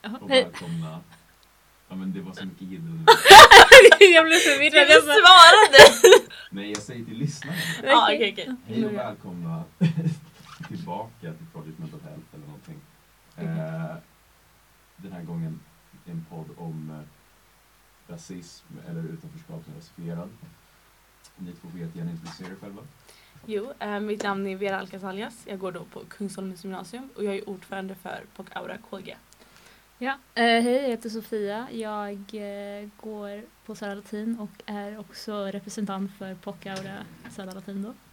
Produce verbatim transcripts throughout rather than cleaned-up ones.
och välkomna. Ja, men det var så mycket hiddel. Jag blev förvirrad. Jag svarade! Nej, jag säger till lyssnarna. Ja, okej, okej. Hej och välkomna tillbaka till Project Mental Health eller någonting. Eh, den här gången en podd om eh, rasism eller utanförskap som rasifierad. Ni två vet gärna introducera er själva. Jo, äh, mitt namn är Vera Alcasaljas. Jag går då på Kungsholmens gymnasium och jag är ordförande för P O C Aura K G. Ja, eh, hej, jag heter Sofia. Jag eh, går på Södra Latin och är också representant för P O C Aura Södra Latin då.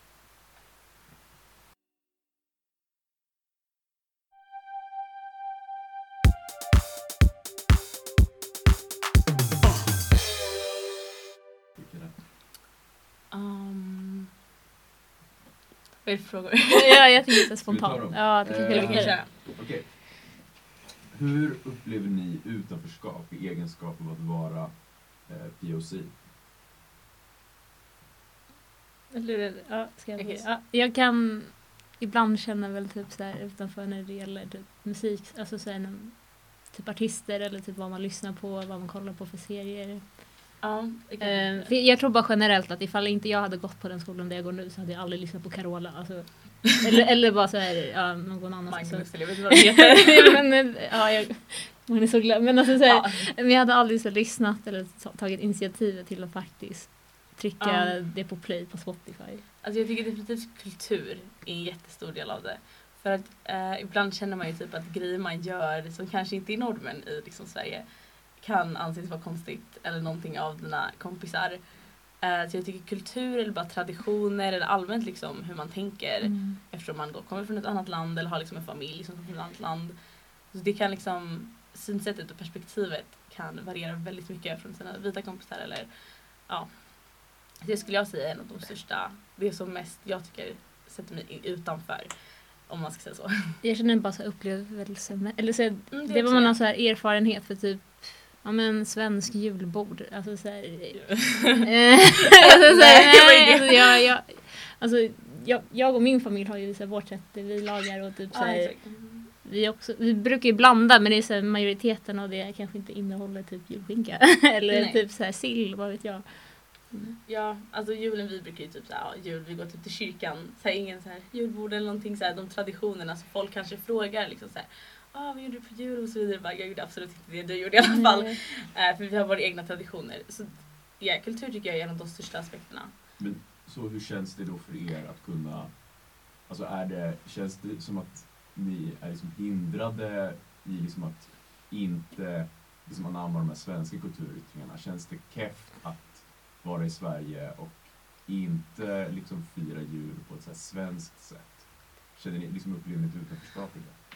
Um, vad är det för frågor? Ja, jag tycker det är Ska vi ta spontant. dem? Ja, det tycker Eh, jag vi kan är köra. Okej. Hur upplever ni utanförskap i egenskap av att vara eh, P O C? Eller, ja, ska jag, Okej. ja, jag kan ibland känna väl typ så här utanför när det gäller typ musik, alltså så här, när- typ artister eller typ vad man lyssnar på, vad man kollar på för serier. Ja, okej. Eh, för jag tror bara generellt att ifall inte jag hade gått på den skolan där jag går nu så hade jag aldrig lyssnat på Carola. Alltså, eller, eller bara så här, ja, någon annan. Magnus, Så. eller jag vet inte vad det heter. men, eh, ja, jag, man är så glad. Men alltså så här, Ja. men jag hade aldrig så här, lyssnat eller ta- tagit initiativet till att faktiskt trycka Ja. det på play på Spotify. Alltså jag tycker definitivt kultur är en jättestor del av det. För att eh, ibland känner man ju typ att grejer man gör som kanske inte är normen i liksom Sverige kan anses vara konstigt eller någonting av dina kompisar. Eh, så jag tycker kultur eller bara traditioner eller allmänt liksom hur man tänker Mm. eftersom man då kommer från ett annat land eller har liksom en familj som kommer från ett annat land. Så det kan liksom, synsättet och perspektivet kan variera väldigt mycket från sina vita kompisar eller ja. Det skulle jag säga är en av de största, det som mest jag tycker sätter mig utanför, om man ska säga så. Jag känner bara så här upplevelse med, eller så här, Mm, det, det var också man är. har så här erfarenhet för typ ja men svensk julbord alltså så här, eh, alltså, så här, Nej, vad är nej, det? alltså, jag, jag, alltså jag, jag och min familj har ju så här, vårt sätt det vi lagar och typ så Ja, här, exakt. vi också vi brukar ju blanda men det är så här, majoriteten av det kanske inte innehåller typ julskinka eller Nej. typ så här sill, vad vet jag. Ja, alltså julen, vi brukar ju typ såhär, ja, jul, vi går typ till kyrkan, så här, ingen så här julbord eller någonting så här, de traditionerna som folk kanske frågar liksom så här, ah, vad gjorde du på jul och så vidare, bara, jag gjorde absolut inte det, du gjorde i alla fall, Nej. eh, för vi har våra egna traditioner. Så ja, kultur tycker jag är en av de största aspekterna. Men så hur känns det då för er att kunna, alltså är det, känns det som att ni är liksom hindrade i liksom att inte liksom anamma de här svenska kulturyttringarna? Känns det keft att vara i Sverige och inte liksom fira jul på ett så här svenskt sätt? Känner ni liksom upplever ni ett utanförskap i det?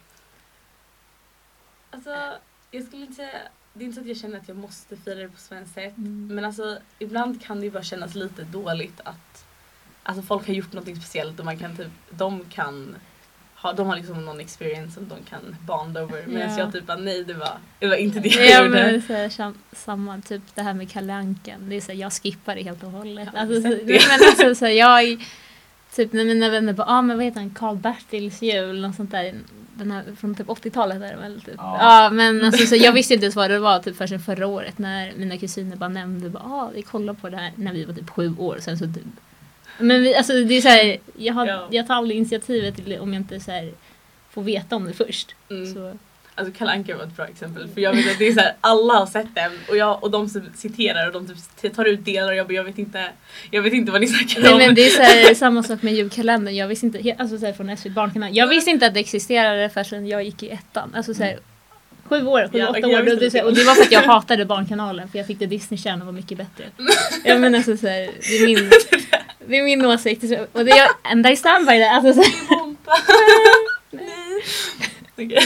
Alltså, jag skulle inte säga, det är inte så att jag känner att jag måste fira det på svenskt sätt. Mm. Men alltså, ibland kan det ju bara kännas lite dåligt att alltså, folk har gjort något speciellt och man kan typ, de kan ha, de har liksom någon experience som de kan bond over. Medan Ja. jag typ bara, nej det var, det var inte det jag Ja, gjorde. men så här, sam- samma typ det här med Kalle Ankan. Det är så här, jag skippar det helt och hållet. Ja, Alltså, så, det. nej, men alltså, så här, jag typ när mina vänner bara, ah, men vad heter han, Karl-Bertils jul, något sånt där. Den här från typ åttiotalet är det väl typ. Ja. Ja, men alltså, så jag visste inte ens vad det var typ förrän förra året när mina kusiner bara nämnde, bara, ah, vi kollar på det här när vi var typ sju år sen så typ. Men vi, alltså det är så här, jag har Ja. jag tar aldrig initiativet till det om jag inte så här får veta om det först. Mm. Så Alltså Kalle Anka var ett bra exempel. För jag vet att det är så här, alla har sett den och, jag, och de som citerar och de typ tar ut delar och jag bara, jag vet inte, jag vet inte vad ni snackar Nej, om. men det är så här, samma sak med julkalendern. Jag visste inte, he- alltså så här, från S V T Barnkanal. Jag visste inte att det existerade förrän jag gick i ettan. Alltså så här, sju år, sju, Ja, åtta okej, jag år. visste Och det, är så här, det. och det var för att jag hatade Barnkanalen. För jag tyckte Disney Channel var mycket bättre. Ja, men alltså så här, det är min, det är min åsikt. Och det är jag, and I stand by that. Alltså, så här, Bomba. Nej. Okej.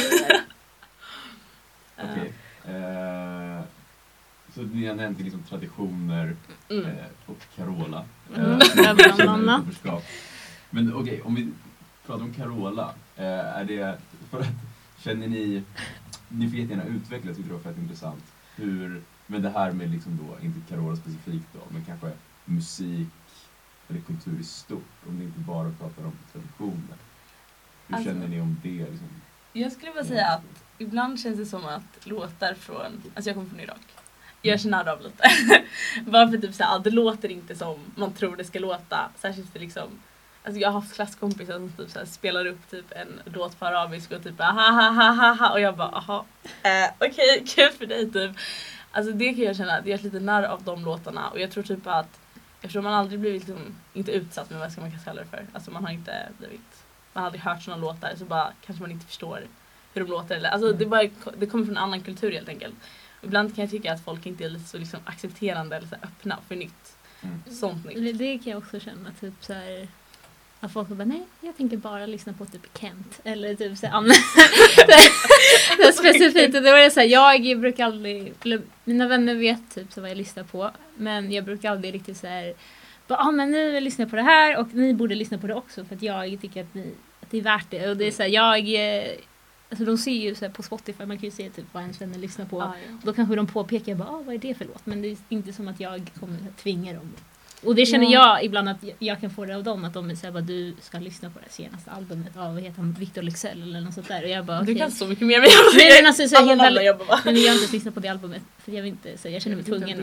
Okej. Eh, så ni har nämnt liksom traditioner Mm. eh, och Carola. Mm, Eh, bland känner annat. utanförskap. Men okej, om vi pratar om Carola. Eh, är det, för att, känner ni, ni får jättegärna utveckla, jag tycker det var fett intressant. Hur, men det här med liksom då, inte Carola specifikt då, men kanske musik eller kultur i stort. Om ni inte bara pratar om traditioner. Hur Alltså- känner ni om det liksom? Jag skulle bara säga att ibland känns det som att låtar från, alltså jag kommer från Irak, jag känner av lite. Bara för typ såhär, ja, det låter inte som man tror det ska låta. Särskilt för liksom, alltså jag har haft klasskompisar som typ såhär, spelar upp typ en låt på arabisk och typ bara ha ha ha ha ha och jag bara aha, eh, okej, okay, kul för dig typ. Alltså det kan jag känna, det är lite narr av de låtarna och jag tror typ att eftersom man aldrig blivit liksom, inte utsatt, men vad ska man kalla det för? Alltså man har inte blivit, man har aldrig hört såna låtar så bara kanske man inte förstår hur de låter eller, alltså det, bara, det kommer från en annan kultur helt enkelt. Ibland kan jag tycka att folk inte är så liksom accepterande eller så öppna för nytt. Mm. Sånt nytt. Det kan jag också känna, typ så här, att folk bara, nej, jag tänker bara lyssna på typ Kent. Eller typ så här, det specifikt. Det var det så här, jag brukar aldrig, mina vänner vet typ så vad jag lyssnar på. Men jag brukar aldrig riktigt så här, ja ah, men ni vill lyssna på det här och ni borde lyssna på det också. För att jag tycker att, ni, att det är värt det. Och det är så här, jag... Alltså de ser ju så här på Spotify, man kan ju se typ vad ens vänner lyssnar på. Ah, ja. Då kanske de påpekar, bara, ah, vad är det för låt? Men det är inte som att jag kommer att tvinga dem. Och det känner ja. jag ibland att jag kan få det av dem. Att de säger att du ska lyssna på det senaste albumet av, vad heter han, Victor Leksell eller något sånt där. Och jag bara, du okay. kan så mycket mer med Nej men alltså, så jag, helt ärligt, men jag har inte lyssnat på det albumet. För jag vill inte, så jag känner mig tvungen.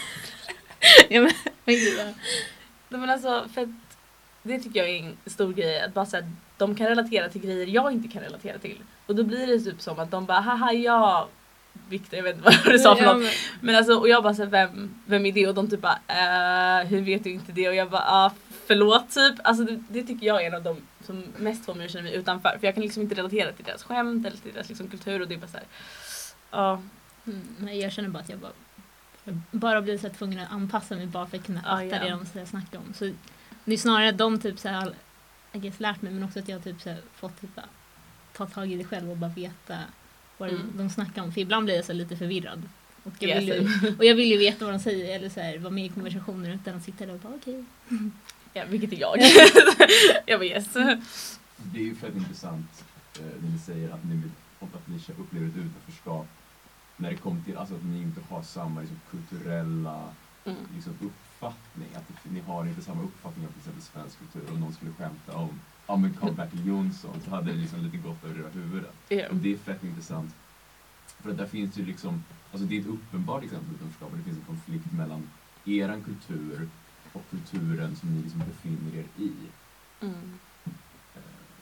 ja, men, ja. men alltså, för att det tycker jag är en stor grej. Att bara så här, de kan relatera till grejer jag inte kan relatera till. Och då blir det typ som att de bara, haha ja, Victor, jag vet inte vad du sa för något. Men, men alltså, och jag bara såhär, vem, vem är det? Och de typ bara, äh, hur vet du inte det? Och jag bara, ah, förlåt typ. Alltså det, det tycker jag är en av de som mest får mig att känna mig utanför. För jag kan liksom inte relatera till deras skämt eller till deras liksom kultur. Och det är bara såhär, ja. Mm, nej, jag känner bara att jag bara, jag bara blir så tvungen att anpassa mig bara för att kunna fatta ah, ja. det de så snackar om. Så det är snarare att de typ såhär, jag guess, lärt mig, men också att jag typ så fått typ bara ta tag i det själv och bara veta vad mm. de snackar om. För ibland blir jag så lite förvirrad. Och jag, yes. vill ju, och jag vill ju veta vad de säger eller så här, vara med i konversationer utan att sitta där och bara okej. Okay. Ja, vilket är jag. jag bara yes. Det är ju fett intressant eh, när ni säger att ni, att ni upplever ett utanförskap när det kommer till alltså att ni inte har samma liksom, kulturella mm. liksom, uppfattning. Att ni har inte samma uppfattning om till exempel svensk kultur. Och någon skulle skämta om ja men Karl-Bertil Jonsson så hade det liksom lite gått över era huvuden. Yeah. Och det är fett intressant. För att där finns det ju liksom, alltså det är ett uppenbart exempel utanförskap. Det finns en konflikt mellan eran kultur och kulturen som ni liksom befinner er i. Mm. Eh,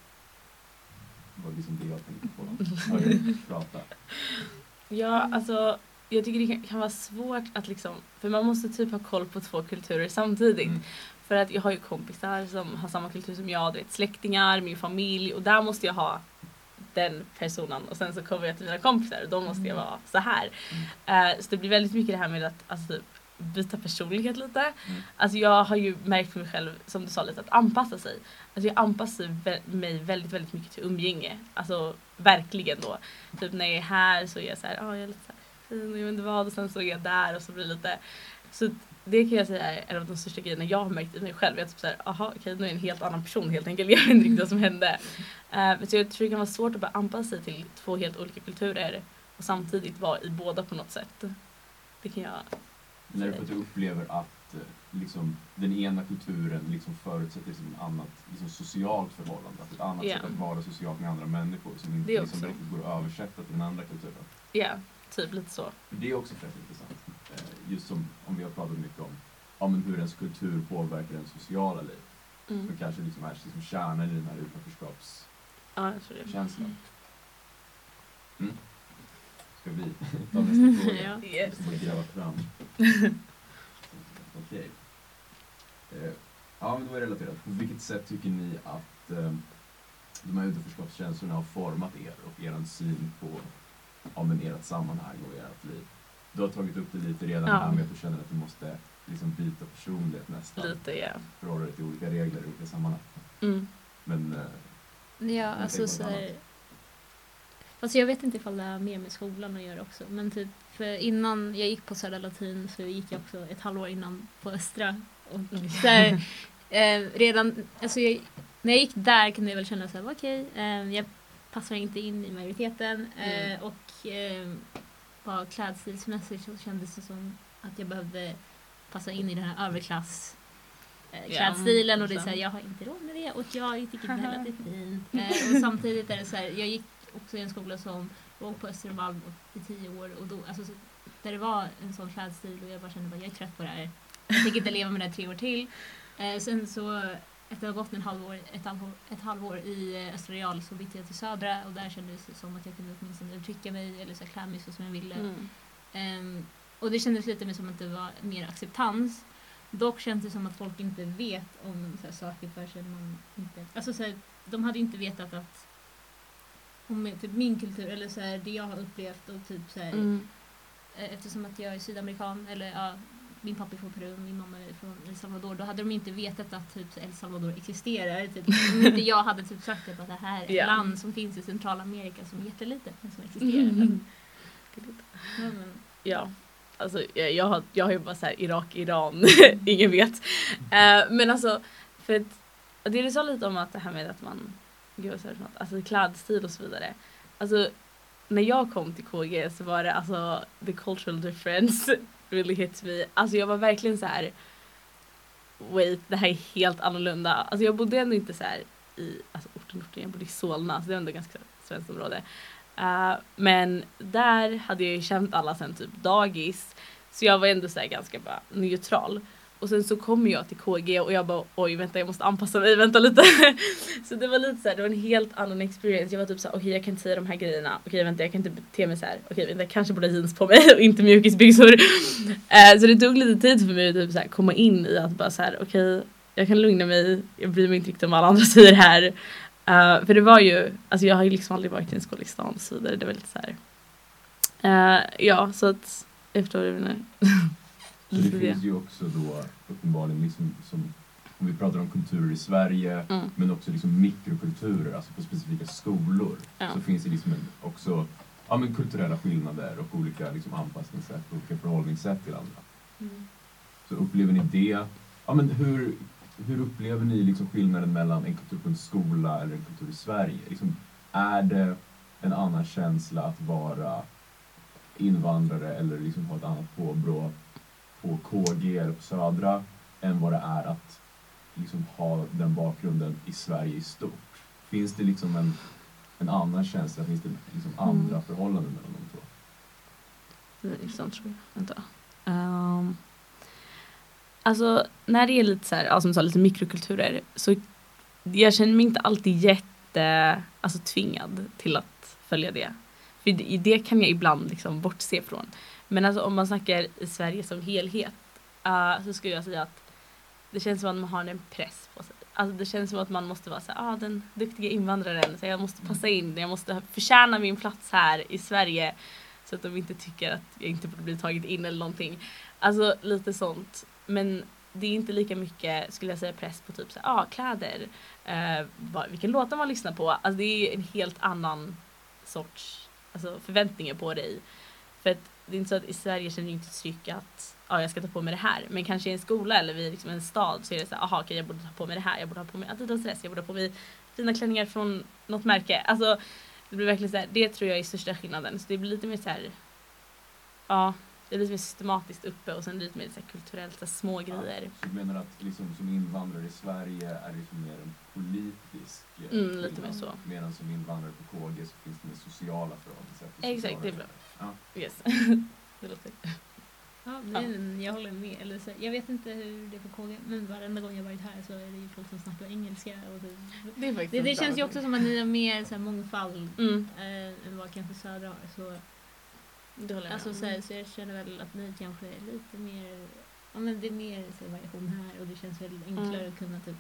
det var liksom det jag tänkte på. Hörru, prata. Ja, alltså jag tycker det kan, kan vara svårt att liksom, för man måste typ ha koll på två kulturer samtidigt. Mm. För att jag har ju kompisar som har samma kultur som jag, du vet, släktingar, min familj och där måste jag ha den personen och sen så kommer jag till mina kompisar och då måste jag vara så här. Mm. Uh, så det blir väldigt mycket det här med att alltså, typ, byta personlighet lite. Mm. Alltså jag har ju märkt för mig själv, som du sa lite, att anpassa sig. Alltså jag anpassar mig väldigt, väldigt mycket till umgänge. Alltså verkligen då. Typ när jag är här så är jag så här, ja oh, jag är lite så här fin och jag vet inte vad och sen så är jag där och så blir det lite så det kan jag säga är en av de största grejerna jag har märkt i mig själv. Jag är typ såhär, aha okej nu är jag en helt annan person helt enkelt. Jag vet inte riktigt vad som hände. Uh, men så jag tror det kan vara svårt att bara anpassa sig till två helt olika kulturer och samtidigt vara i båda på något sätt. Det kan jag när du, du upplever att liksom, den ena kulturen liksom förutsätter liksom ett annat liksom, socialt förhållande. Att ett annat yeah. sätt att vara socialt med andra människor som inte liksom, riktigt går att översätta till den andra kulturen. Ja, yeah, typ lite så. Det är också fett intressant. Just som om vi har pratat mycket om, om hur ens kultur påverkar den sociala liv. Mm. Som kanske liksom är liksom kärnan i den här utanförskapskänslan. Ja, mm. Ska vi ta nästa fråga? Ja. Yes. Jag ska gräva fram. Okej. Okay. Ja, men då är det relaterat. På vilket sätt tycker ni att eh, de här utanförskapskänslorna har format er och er syn på om en ert sammanhang och ert liv? Du har tagit upp det lite redan ja. här med att du känner att du måste liksom byta personlighet nästan. Lite, ja. Förhålla dig till olika regler i olika sammanhang. Mm. Men... Eh, ja, alltså så här, alltså jag vet inte ifall det har mer med skolan att göra också. Men typ, för innan jag gick på Södra Latin så gick jag också ett halvår innan på Östra. Och så här, eh, redan, alltså jag, när jag gick där kunde jag väl känna så här, okej, okay, eh, jag passar inte in i majoriteten. Eh, mm. Och... Eh, bara klädstilsmässigt så kändes det som att jag behövde passa in i den här överklass eh, klädstilen yeah, och det är så här, jag har inte råd med det och jag tycker inte heller att det är fint. Eh, och samtidigt är det så här, jag gick också i en skola som låg på Östermalm i tio år och då, alltså, så, där det var en sån klädstil och jag bara kände att jag är trött på det här. Jag tänker inte leva med det tre år till. Eh, sen så efter att ha gått en halvår, ett, halvår, ett halvår i Östra Real så bytte jag till Södra och där kändes det som att jag kunde åtminstone uttrycka mig eller så klä mig så som jag ville. Mm. Um, och det kändes lite mer som att det var mer acceptans. Dock känns det som att folk inte vet om så här, saker för sig man inte... Alltså så här, de hade inte vetat att om typ, min kultur eller så här, det jag har upplevt och typ så här, Mm. eftersom att jag är sydamerikan eller ja, min pappa är från Peru, min mamma är från El Salvador, då hade de inte vetat att typ El Salvador existerar. Typ. Om inte jag hade typ sagt det, att det här är ett Ja. land som finns i Centralamerika som är jättelitet men som existerar. Mm. Ja, men, Ja, alltså jag, jag, har, jag har ju bara så här Irak, Iran, ingen vet. Uh, men alltså, för att, det du sa lite om att det här med att man, gud vad säger något, alltså klädstil och så vidare. Alltså, när jag kom till K G så var det alltså, the cultural difference really hits me. Alltså jag var verkligen så här, wait, det här är helt annorlunda. Alltså jag bodde ändå inte så här i, alltså orten, orten, jag bodde i Solna, så det var ändå ganska svenskt område. Uh, men där hade jag ju känt alla sen typ dagis. Så jag var ändå så här ganska bara neutral. Och sen så kom jag till K G och jag bara, oj vänta jag måste anpassa mig, vänta lite. Så det var lite så här, det var en helt annan experience. Jag var typ så här, okej okay, jag kan inte säga de här grejerna. Okej okay, vänta jag kan inte bete mig så här. Okej okay, vänta jag kanske borde ha jeans på mig och inte mjukisbyxor. uh, Så det tog lite tid för mig att typ så här, komma in i att bara så här, okej okay, jag kan lugna mig. Jag bryr mig inte riktigt om vad alla andra säger här. Uh, för det var ju, alltså jag har ju liksom aldrig varit i en skola i stan och så vidare. Det var lite så här. Uh, ja, så att jag förstår det nu. Så det finns ju också då uppenbarligen liksom som, om vi pratar om kulturer i Sverige, Mm. men också liksom mikrokulturer, alltså på specifika skolor, Ja. så finns det liksom en, också ja, men kulturella skillnader och olika liksom anpassningssätt och olika förhållningssätt till andra. Mm. Så upplever ni det? Ja, men hur, hur upplever ni liksom skillnaden mellan en kultur på en skola eller en kultur i Sverige? Liksom, är det en annan känsla att vara invandrare eller liksom ha ett annat påbrå på K G eller på Södra än vad det är att liksom ha den bakgrunden i Sverige i stort? Finns det liksom en, en annan känsla? Finns det liksom andra Mm. förhållanden mellan de två? Det är intressant tror jag. Vänta. Um, alltså när det är lite så här, alltså, som sa, lite mikrokulturer så jag känner mig inte alltid jätte alltså, tvingad till att följa det. För det, det kan jag ibland liksom bortse från. Men alltså, om man snackar i Sverige som helhet uh, så skulle jag säga att det känns som att man har en press på sig. Alltså det känns som att man måste vara så här, ah, den duktiga invandraren, så jag måste passa in, jag måste förtjäna min plats här i Sverige så att de inte tycker att jag inte borde bli tagit in eller någonting. Alltså lite sånt. Men det är inte lika mycket, skulle jag säga, press på typ så här, ah, kläder, uh, vad, vilken låtar man lyssnar på. Alltså det är en helt annan sorts alltså, förväntningar på dig. För att det är inte så att i Sverige känner jag inte tryck att ja, jag ska ta på mig det här. Men kanske i en skola eller vid liksom en stad så är det så här, aha okej jag borde ta på mig det här. Jag borde ha på mig Adidas, jag borde ha på mig fina klänningar från något märke. Alltså det blir verkligen så här, det tror jag är största skillnaden. Så det blir lite mer så här, ja, det är lite mer systematiskt uppe och sen lite mer så här kulturellt, så här små grejer. Ja, så du menar att liksom, som invandrare i Sverige är det liksom mer en politisk Mm, lite mer så. Medan som invandrare på K G så finns det mer sociala förhållningssätt. Exakt, det är bra. Ja. Yes. Det låter. ja, men jag håller med. Eller så, jag vet inte hur det är på K G, men varenda gång jag varit här så är det ju folk som snackar engelska. Och det, Det är faktiskt det, det bra. känns ju också som att ni har mer så här, mångfald Mm, eh, än vad kanske Södra har. Så, det håller jag alltså, med så, om. här, så jag känner väl att ni kanske är lite mer, ja men det är mer så här, variation här och det känns väl enklare Mm. att kunna typ,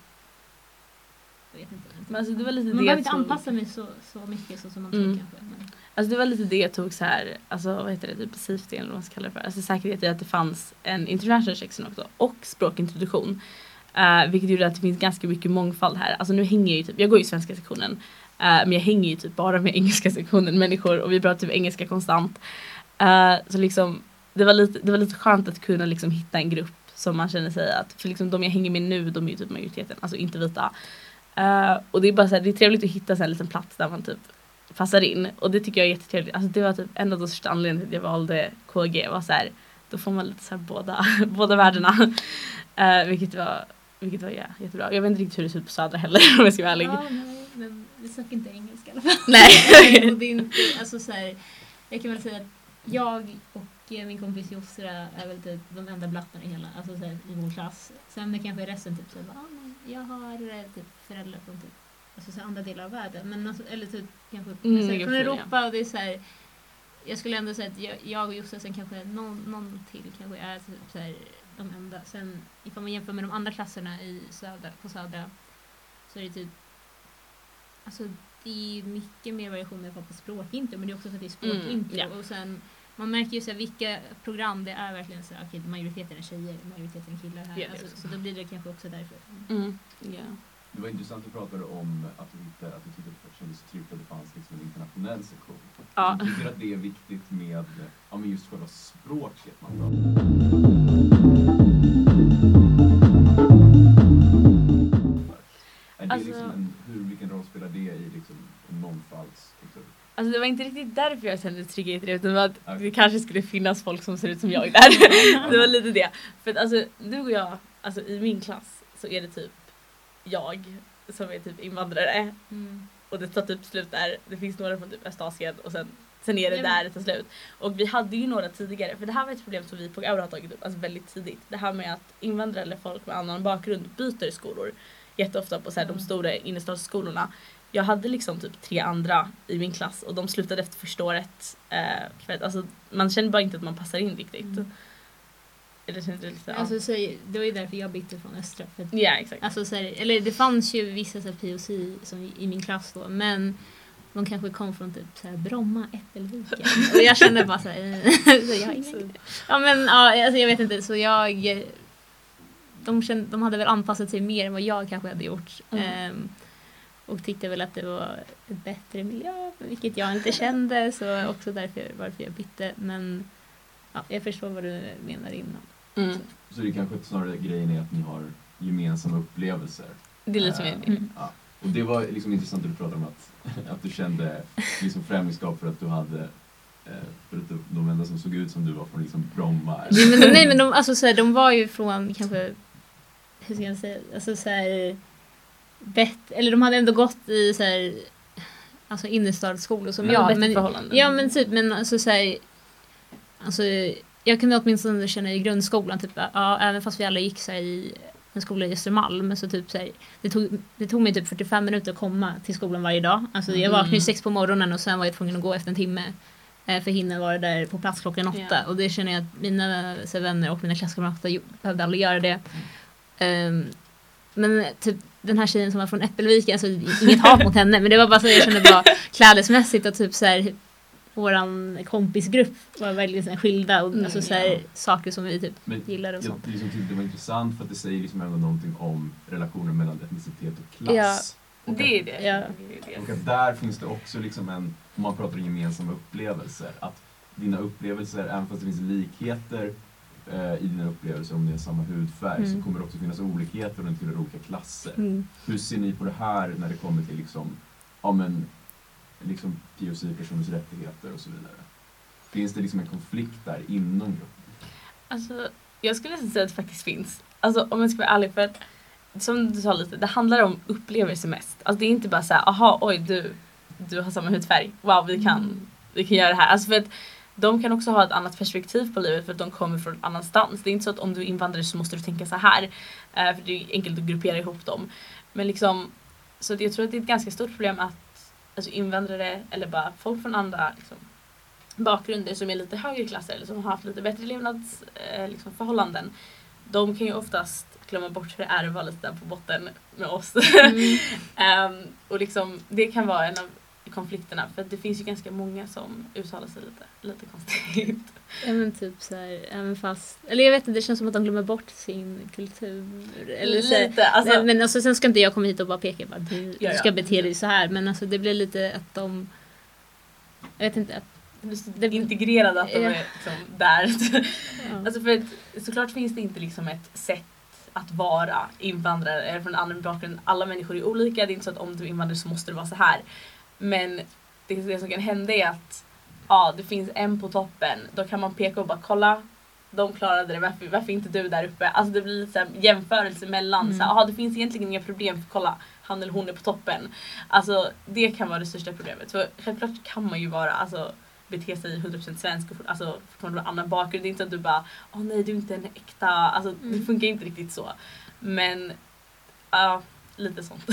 jag vet inte. Men alltså det var lite Man det behöver inte som- anpassa mig så, så mycket så som man Mm. tror kanske. Men, Alltså det var lite det jag tog så här, alltså vad heter det, typ safety eller vad man ska kalla det för. Alltså säkerhet i att det fanns en international section också och språkintroduktion. Uh, vilket gjorde att det finns ganska mycket mångfald här. Alltså nu hänger jag ju typ, jag går ju i svenska sektionen. Uh, men jag hänger ju typ bara med engelska sektionen människor och vi pratar typ engelska konstant. Uh, så liksom, det var lite, det var lite skönt att kunna liksom hitta en grupp som man känner sig att, för liksom de jag hänger med nu, de är ju typ majoriteten, alltså inte vita. Uh, och det är bara så här, det är trevligt att hitta så här en liten plats där man typ passar in. Och det tycker jag är jättetrevligt. Alltså det var typ en av de största anledningarna till att jag valde K G. Var så här, då får man lite så här båda, båda världarna. Uh, vilket var, vilket var ja, jättebra. Jag vet inte riktigt hur det ser ut på Södra heller om jag ska vara ärlig. ja, nej. men vi snackar inte engelska i alla fall. Nej. Och det är inte, alltså så här, jag kan väl säga att jag och min kompis Josra är väl typ de enda blattarna i hela, alltså så här, i vår klass. Sen är kanske resten typ så här, ah, men jag har eh, typ föräldrar från typ, alltså så här, andra delar av världen. Men alltså, eller typ kanske Mm, alltså, jag från följer. Europa, och det är så här, jag skulle ändå säga att jag, jag och Josra, sen kanske någon, någon till kanske är typ så här, de enda. Sen ifall man jämför med de andra klasserna i södra, på södra, så är det typ, alltså det är mycket mer variation med på språkintro, men det är också så att det är språkintro. Mm, ja. Och sen man märker ju så här, vilka program det är verkligen så här, okej, majoriteten är tjejer, majoriteten är killar här. Ja, det är Alltså, så. så då blir det kanske också därför. Mm. Ja. Det var intressant att du pratade om att du tyckte att du tyckte att det kändes tryggt att det fanns liksom en internationell sektion. Ja. Jag tycker att det är viktigt med, ja, men just själva språket man pratar. Är det Alltså- liksom en, hur, vilken roll spelar det i liksom en mångfaldskultur? Alltså det var inte riktigt därför jag kände trygghet i det, utan det var att Okej. det kanske skulle finnas folk som ser ut som jag där. Det var lite det. För att alltså du och jag, alltså i min klass så är det typ jag som är typ invandrare. Mm. Och det tar typ slut där. Det finns några från typ Östasien och sen, sen är det Ja, men- där det tar slut. Och vi hade ju några tidigare, för det här var ett problem som vi på Aura har tagit upp alltså väldigt tidigt. Det här med att invandrare eller folk med annan bakgrund byter skolor jätteofta på så här, de Mm. stora innerstadsskolorna. Jag hade liksom typ tre andra i min klass och de slutade efter första året. Eh, för att, alltså, man känner bara inte att man passar in riktigt. Mm. Eller känns det lite, ja. Alltså, så, det var ju därför jag bytte från Östra. För att, Ja, exakt. alltså, så här, eller det fanns ju vissa så här, P O C som i, i min klass då, men de kanske kom från typ så här, Bromma, Äppelviken. Och jag kände bara så här, så jag har ingen. Ja men ja, alltså, jag vet inte, så jag de, kände, de hade väl anpassat sig mer än vad jag kanske hade gjort. Mm. Ehm, och tyckte väl att det var ett bättre miljö, vilket jag inte kände, så också därför varför jag bytte. Men ja, jag förstår vad du menar innan. Mm. Så det är kanske snarare grejen är att ni har gemensamma upplevelser. Det är lite mer Eh, det. Mm. Ja. Och det var liksom intressant att du pratade om att, att du kände liksom främlingskap för att du hade eh, för att de, de enda som såg ut som du var från liksom Bromma. Nej men, nej, men de, alltså, så här, de var ju från kanske, hur ska jag säga, alltså så här, bett, eller de hade ändå gått i så här, alltså innerstadsskolor som Men jag. bättre Men, förhållanden. ja men typ, men alltså så här, alltså jag kunde åtminstone känna i grundskolan typ, ja, även fast vi alla gick så här, i en skola i Östermalm, så typ så här, det tog, det tog mig typ fyrtiofem minuter att komma till skolan varje dag. Alltså jag vaknade ju Mm. sex på morgonen och sen var jag tvungen att gå efter en timme. eh, För hinna vara där på plats klockan åtta. Ja. Och det känner jag att mina så här, vänner och mina klasskamrater jo- behövde aldrig göra det. Ehm, men typ den här tjejen som var från Äppelviken, alltså inget hat mot henne, men det var bara så jag kände bara klädesmässigt och typ så här, våran kompisgrupp var väldigt så här, skilda och Mm, alltså, så här, ja. saker som vi typ Men gillade och jag sånt. liksom tyckte det var intressant för att det säger liksom ändå någonting om relationen mellan etnicitet och klass. Och Det är det. Ja. Det är Och det. att där finns det också liksom en, om man pratar om gemensamma upplevelser, att dina upplevelser, även fast det finns likheter eh, i dina upplevelser, om det är samma hudfärg, Mm. så kommer det också finnas olikheter och den tillhör olika klasser. Mm. Hur ser ni på det här när det kommer till liksom, ja men, liksom P O C-personers rättigheter och så vidare? Finns det liksom en konflikt där inom gruppen? Alltså, jag skulle nästan säga att det faktiskt finns. Alltså om jag ska vara ärlig, för att som du sa lite, det handlar om upplevelser mest. Alltså det är inte bara så här, aha, oj du, du har samma hudfärg. Wow, vi kan, Mm. vi kan göra det här. Alltså för att de kan också ha ett annat perspektiv på livet för att de kommer från en annanstans. Det är inte så att om du är invandrare så måste du tänka så här. Eh, för det är enkelt att gruppera ihop dem. Men liksom, så att jag tror att det är ett ganska stort problem att alltså invandrare eller bara folk från andra liksom, bakgrunder som är lite högre klasser eller som har haft lite bättre levnadsförhållanden eh, liksom, förhållanden, de kan ju oftast glömma bort hur det är att vara lite där på botten med oss. Mm. um, och liksom, det kan vara en av konflikterna för att det finns ju ganska många som uttalar sig lite, lite konstigt. Ja men typ så här, även fast, eller jag vet inte, det känns som att de glömmer bort sin kultur. Eller så här, lite, alltså, nej, men alltså, sen ska inte jag komma hit och bara peka bara, du, Ja, du ska ja. bete dig så här, men alltså det blir lite att de, jag vet inte, att, det är integrerade att de Ja. är liksom där. ja. Alltså för att, såklart finns det inte liksom ett sätt att vara invandrare eller från en annan bakgrund. Alla människor är olika, det är inte så att om du är invandrare så måste det vara så här. Men det, det som kan hända är att ja, det finns en på toppen. Då kan man peka och bara kolla, de klarade det, varför, varför inte du där uppe? Alltså det blir lite jämförelse mellan, mm. så aha, det finns egentligen inga problem, för kolla, han eller hon är på toppen. Alltså det kan vara det största problemet. För självklart kan man ju vara, alltså bete sig hundra procent svensk och alltså från en annan bakgrund. Det är inte att du bara, åh oh, nej, du är inte en äkta, alltså mm. det funkar inte riktigt så. Men ja, uh, lite sånt.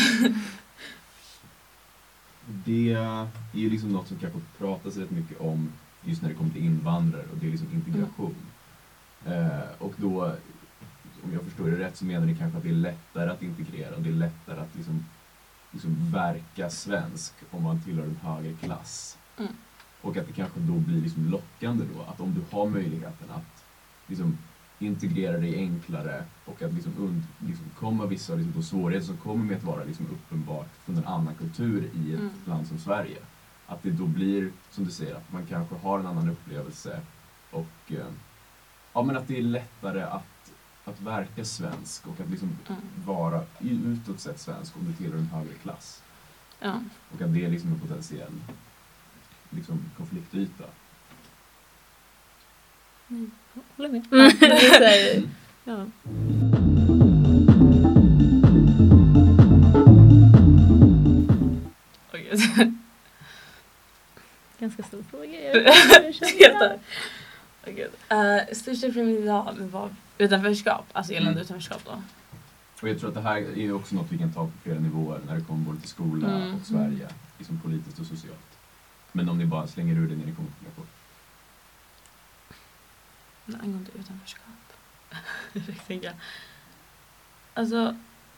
Det är ju liksom något som kanske pratas rätt mycket om just när det kommer till invandrare, och det är liksom integration. Mm. Eh, och då, om jag förstår det rätt, så menar ni kanske att det är lättare att integrera och det är lättare att liksom, liksom verka svensk om man tillhör en högre klass. Mm. Och att det kanske då blir liksom lockande då, att om du har möjligheten att liksom integrera dig enklare och att liksom und- liksom komma vissa liksom då svårigheter som kommer med att vara liksom uppenbart från en annan kultur i ett mm. land som Sverige. Att det då blir, som du säger, att man kanske har en annan upplevelse och eh, ja, men att det är lättare att, att verka svensk och att liksom mm. vara utåt sett svensk om du tillhör en högre klass. Ja. Och att det är liksom en potentiell liksom konfliktyta. Mm. Håller med. Mm. Det är så här, ja. Okay. Ganska stor fråga. Jag okay. uh, Största problemet idag var utanförskap, alltså gällande mm. utanförskap då. Och jag tror att det här är ju också något vi kan ta på flera nivåer när det kommer både till skola mm. och Sverige, liksom politiskt och socialt. Men om ni bara slänger ur det när ni kommer till på. Angående utanförskap. Jag tänker. Alltså.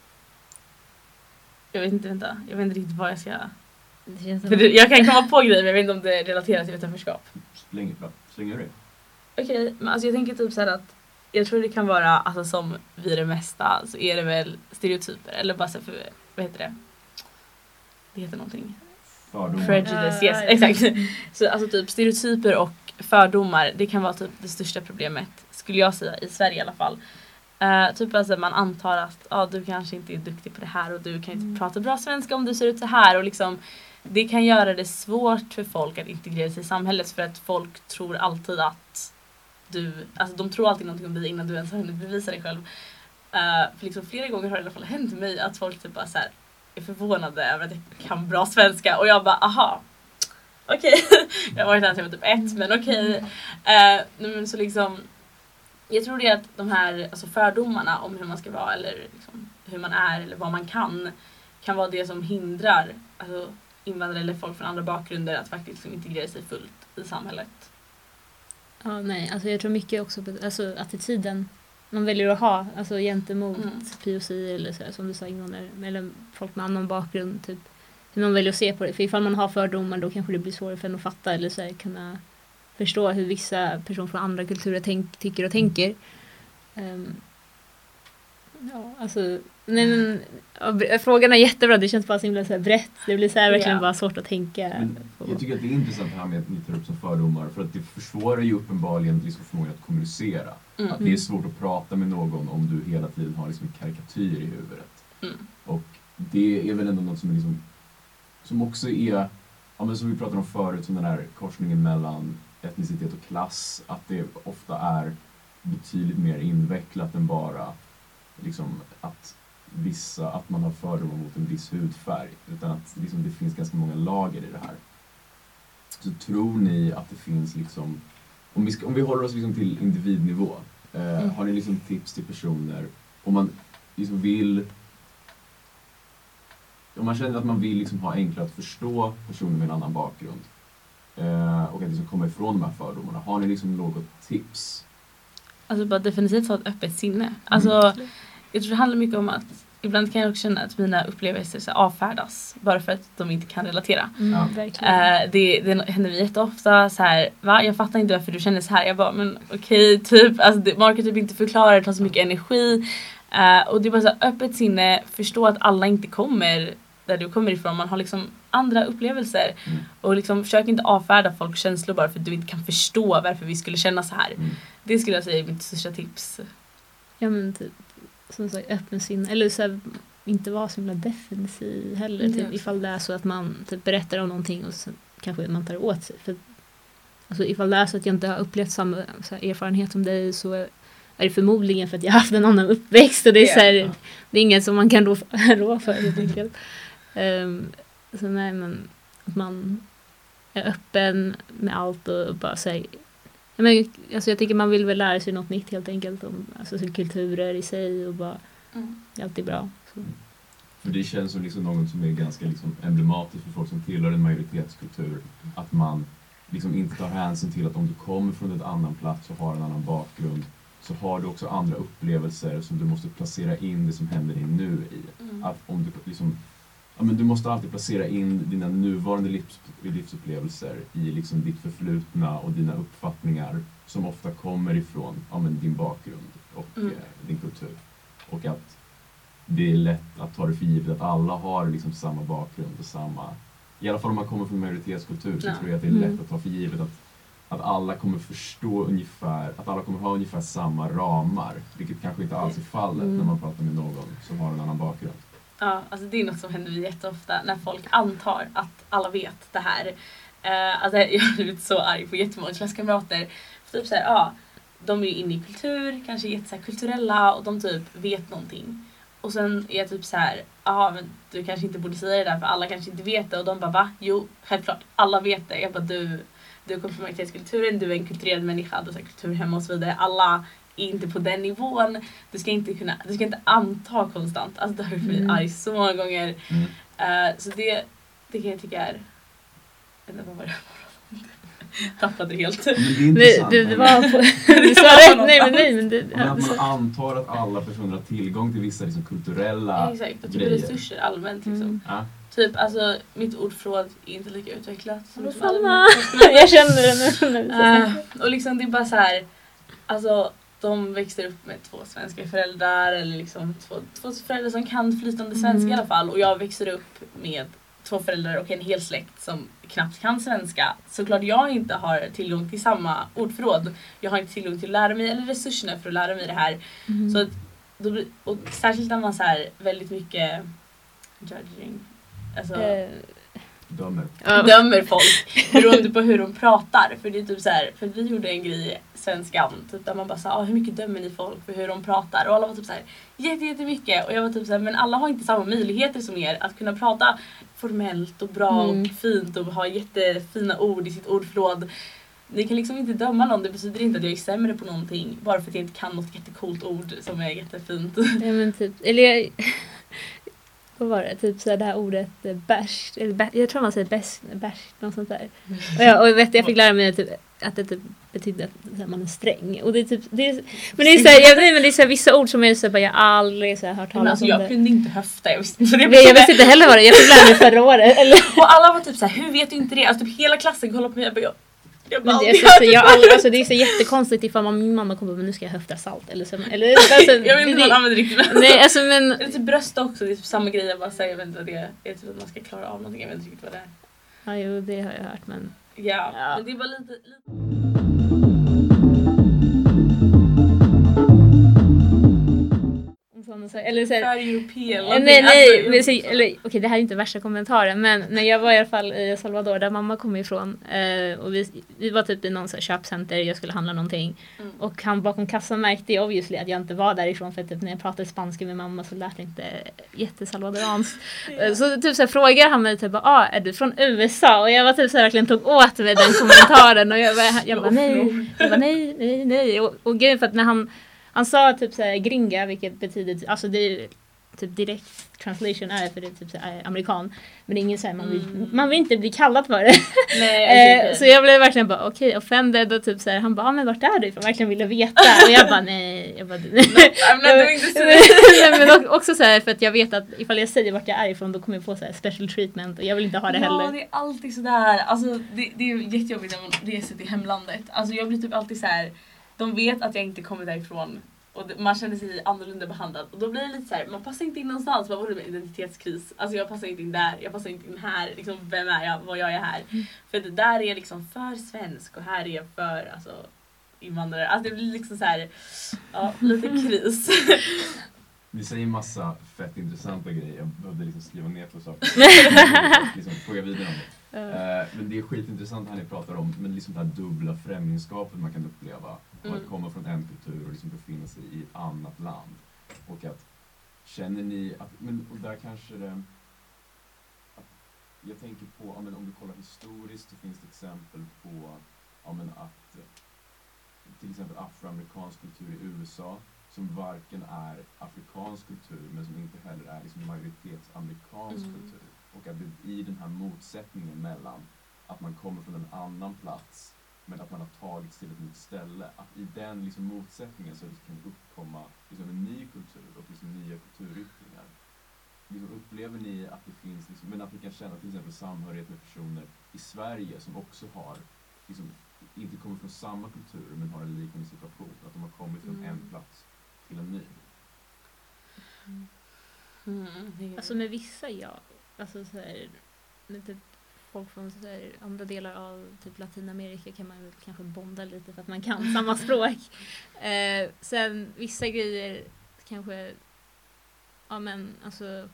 Jag vet inte, vänta. Jag vet inte riktigt vad jag ska. Det känns som... För det, jag kan komma på grejer, men jag vet inte om det relaterar till utanförskap. Släng, släng ur det. Okej, okay, men alltså jag tänker typ så här att jag tror det kan vara, alltså som vid det mesta så är det väl stereotyper. Eller bara så för, vad heter det? Det heter någonting. Fördomar. Prejudice, yes, exakt. Så alltså typ stereotyper och fördomar, det kan vara typ det största problemet, skulle jag säga, i Sverige i alla fall. Uh, typ alltså man antar att ah, du kanske inte är duktig på det här och du kan inte mm. prata bra svenska om du ser ut så här. Och liksom, det kan göra det svårt för folk att integrera sig i samhället, för att folk tror alltid att du, alltså de tror alltid någonting om dig innan du ens har hunnit bevisa dig själv. Uh, för liksom flera gånger har det i alla fall hänt mig att folk typ bara så här är förvånade över att jag kan bra svenska, och jag bara aha, okej, okay. Jag har varit här till typ ett, men okej. Okay. Uh, men så liksom, jag tror det är att de här alltså fördomarna om hur man ska vara eller liksom hur man är eller vad man kan kan vara det som hindrar alltså invandrare eller folk från andra bakgrunder att faktiskt liksom integrera sig fullt i samhället. Ja, nej, alltså jag tror mycket också på alltså attityden man väljer att ha, alltså gentemot mm. P O C eller så här, som du sa innan, eller folk med annan bakgrund, typ hur man väljer att se på det. För ifall man har fördomar, då kanske det blir svårare för en att fatta eller så här, kunna förstå hur vissa personer från andra kulturer tänk, tycker och tänker. Um, ja, alltså nej, men, ja, frågan är jättebra, det känns bara så himla så här brett. Det blir så här verkligen yeah. bara svårt att tänka på. Jag tycker att det är intressant det här med att ni tar upp som fördomar, för att det försvårar ju uppenbarligen liksom förmågan att kommunicera. Mm. Att det är svårt att prata med någon om du hela tiden har liksom en karikatyr i huvudet. Mm. Och det är väl ändå något som är liksom, som också är, ja, men som vi pratade om förut, som den här korsningen mellan etnicitet och klass, att det ofta är betydligt mer invecklat än bara liksom att vissa, att man har fördomar mot en viss hudfärg, utan att liksom det finns ganska många lager i det här. Så tror ni att det finns liksom, om vi, ska, om vi håller oss liksom till individnivå, eh, mm. har ni liksom tips till personer om man liksom vill, om man känner att man vill liksom ha enklare att förstå personer med en annan bakgrund eh, och att liksom komma ifrån de här fördomarna, har ni liksom något tips? Alltså bara definitivt ha ett öppet sinne. Alltså mm. jag tror det handlar mycket om att ibland kan jag också känna att mina upplevelser så avfärdas bara för att de inte kan relatera. Mm, ja. uh, det, det händer jätteofta så här, va? Jag fattar inte varför du känner så här. Jag bara, men okej, okay, typ, alltså det, man kan typ inte förklara, det tar så mycket energi. Uh, och det är bara så här, öppet sinne, förstå att alla inte kommer där du kommer ifrån. Man har liksom andra upplevelser. Mm. Och liksom försök inte avfärda folks känslor bara för att du inte kan förstå varför vi skulle känna så här. Mm. Det skulle jag säga är mitt största tips. Ja, men typ som sagt, öppen sinne. Eller så här, inte vara så himla defensiv heller. Mm. Typ, ifall det är så att man typ berättar om någonting och så kanske man tar åt sig. För alltså ifall det är så att jag inte har upplevt samma så här, erfarenhet som dig, så är det förmodligen för att jag har haft en annan uppväxt, och det är, Ja. så här, det är inget som man kan rå, rå för helt enkelt. Um, så nej, men att man är öppen med allt och bara säger, men, alltså jag tycker man vill väl lära sig något nytt helt enkelt om alltså, kulturer i sig, och bara Mm. det är alltid bra. Så. För det känns som liksom något som är ganska liksom emblematiskt för folk som tillhör en majoritetskultur. Att man liksom inte tar hänsyn till att om du kommer från ett annan plats och har en annan bakgrund, så har du också andra upplevelser som du måste placera in det som händer dig nu i. Mm. Att om du liksom, ja, men du måste alltid placera in dina nuvarande livs, livsupplevelser i liksom ditt förflutna och dina uppfattningar som ofta kommer ifrån ja, men din bakgrund och Mm. eh, din kultur. Och att det är lätt att ta det för givet att alla har liksom samma bakgrund och samma... I alla fall om man kommer från majoritetskultur så Ja. tror jag att det är Mm. lätt att ta för givet att, att alla kommer förstå ungefär, att alla kommer ha ungefär samma ramar. Vilket kanske inte alls är fallet Mm. när man pratar med någon som har en annan bakgrund. Ja, alltså det är något som händer jätteofta när folk antar att alla vet det här. Uh, alltså jag har blivit så arg på jättemånga klasskamrater. För typ såhär, ja, de är ju inne i kultur, kanske jätte så här kulturella, och de typ vet någonting. Och sen är jag typ så här, ja men du kanske inte borde säga det där för alla kanske inte vet det. Och de bara, va? Jo, självklart, alla vet det. Jag bara, du, du kommer från majoritetskulturen, du är en kulturell människa, du har kultur hemma och så vidare. Alla är inte på den nivån. Du ska inte kunna, du ska inte anta konstant. Alltså det har gjort mig Mm. arg så många gånger. Mm. Uh, så det, det kan jag tycka är... Vänta, vad var det? Tappade det helt. Men det är Men intressant. du, du var på... Det Du sa var rätt, nej men någonstans. nej men du... Men att man antar att alla personer har tillgång till vissa liksom kulturella Exakt, och typ grejer. resurser allmänt liksom. Mm. Ja. Typ, alltså mitt ordförråd är inte lika utvecklat som Vad som fan, alla jag känner det nu. Uh, och liksom det är bara så här, alltså de växer upp med två svenska föräldrar eller liksom två, två föräldrar som kan flytande svenska Mm. i alla fall, och jag växer upp med två föräldrar och en hel släkt som knappt kan svenska. Såklart jag inte har tillgång till samma ordförråd. Jag har inte tillgång till att lära mig eller resurserna för att lära mig det här. Mm. Så att, då, blir- och särskilt när man så här väldigt mycket judging, alltså Eh, Dömer. ja. dömer folk beroende på hur de pratar. För det är typ så här, för vi gjorde en grej i svenskan typ, där man bara sa, ah, hur mycket dömer ni folk för hur de pratar? Och alla var typ så här, jätte, jättemycket. Och jag var typ så här, men alla har inte samma möjligheter som er att kunna prata formellt och bra Mm. och fint och ha jättefina ord i sitt ordförråd. Ni kan liksom inte döma någon, det betyder inte att jag är sämre på någonting bara för att jag inte kan något jättecoolt ord som är jättefint. Ja men typ, eller jag, vad var det? Typ såhär det här ordet eh, bärs, eller bä, jag tror man säger bärs, bärs, något sånt där. Och jag, och jag vet, jag fick lära mig typ, att det typ betydde att såhär, man är sträng. Och det är typ, det är, men det är såhär, jag, nej, men det är såhär, vissa ord som är såhär, bara, jag aldrig såhär, hört Men talas alltså om jag det. kunde inte höfta, jag visste inte vad det Nej, jag betydde. visste inte heller vad det, jag fick lära mig förra året. Eller? Och alla var typ så här, hur vet du inte det? Alltså typ hela klassen kollade på mig och bara, jag, jag bara Men det, aldrig alltså, hört så, jag, det. aldrig, alltså, det är så jättekonstigt ifall man, min mamma kommer och nu ska jag höfta salt. Eller så, eller, alltså, Jag vet inte vad man det, använder riktigt, men nej, alltså men... eller typ bröst också, det är typ samma grej, jag bara säger, jag vet inte vad det är. Det är typ att man ska klara av någonting, jag vet inte riktigt vad det är. Ja, jo, det har jag hört, men... Ja, Ja. men det är bara lite, lite... Sån, så, eller så, för europé. Eh, nej, nej, men, så, eller, okej, det här är inte värsta kommentaren, men när jag var i alla fall i El Salvador där mamma kom ifrån eh, och vi, vi var typ i någon så här köpcenter, jag skulle handla någonting Mm. och han bakom kassan märkte obviously att jag inte var därifrån, för typ när jag pratade spanska med mamma så lät det inte jättesalvadoranskt. Eh, så typ så här, frågar han mig typ, ah, är du från U S A? Och jag var typ så här, verkligen tog åt mig den kommentaren och jag, bara- jag bara nej, jag bara nej, nej, nej och, och grejen för att när han Han sa typ såhär gringa, vilket betyder, alltså det är typ direkt translation är för det är typ såhär amerikan. Men det är ingen såhär, man vill, Mm. man vill inte bli kallad för det. Nej, Eh, okej, så okej. jag blev verkligen bara okej, okay, offended och typ såhär, han bara, ah, men vart är du? Jag verkligen ville veta. Och jag bara nej, jag bara I'm not doing this today. nej, men o- också såhär för att jag vet att ifall jag säger vart jag är ifrån då kommer jag få såhär special treatment och jag vill inte ha det Ja, heller. det är alltid sådär. Alltså, det, det är jättejobbigt när man reser till hemlandet. Alltså, jag blir typ alltid så här. De vet att jag inte kommer därifrån. Och det, man känner sig annorlunda behandlad. Och då blir det lite så här, man passar inte in någonstans. Vad var det med identitetskris? Alltså jag passar inte in där, jag passar inte in här. Liksom, vem är jag? Vad gör jag här? Mm. För det där är liksom för svensk och här är jag för alltså, invandrare. Alltså det blir liksom så här, ja, lite kris. Vi säger massa fett intressanta grejer. Jag behövde liksom skriva ner två saker. liksom, fråga vidare om det. Eh, men det är skitintressant här ni pratar om, men liksom det här dubbla främlingskapet man kan uppleva. Och Mm. att komma från en kultur och liksom befinna sig i ett annat land. Och att, känner ni att, men och där kanske det, att, jag tänker på, ja, men om du kollar historiskt så finns det exempel på, ja, men att till exempel afroamerikansk kultur i U S A som varken är afrikansk kultur men som inte heller är liksom majoritetsamerikansk Mm. kultur. Och att det, i den här motsättningen mellan att man kommer från en annan plats men att man har tagits till ett nytt ställe, att i den liksom motsättningen så kan det uppkomma liksom en ny kultur och liksom nya kulturyttringar. Liksom upplever ni att det finns, liksom, men att ni kan känna till exempel samhörighet med personer i Sverige som också har, liksom, inte kommer från samma kultur men har en liknande situation, att de har kommit från Mm. en plats till en ny. Mm, det är- Alltså med vissa ja. Alltså så här, med typ folk från så här, andra delar av typ Latinamerika kan man väl kanske bonda lite för att man kan samma språk. Eh, sen vissa grejer kanske, ja men alltså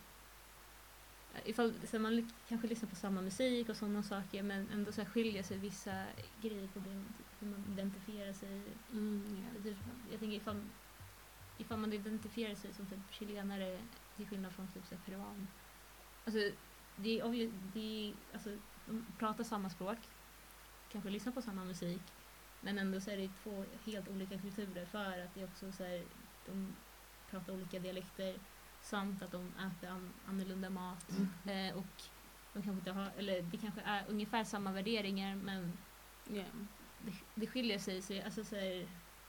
ifall så här, man ly- kanske lyssnar på samma musik och sådana saker men ändå så här skiljer sig vissa grejer på det, hur man identifierar sig. Mm, ja. Typ, jag tänker ifall, ifall man identifierar sig som typ chilenare till skillnad från typ så här, peruan. Alltså, det är, obvi- det är, alltså, de pratar samma språk, kanske lyssnar på samma musik, men ändå så är det två helt olika kulturer för att det är också så här, de pratar olika dialekter samt att de äter an, annorlunda mat eh, och de kanske inte har, eller det kanske är ungefär samma värderingar men Ja. det, det skiljer sig så, alltså, så här,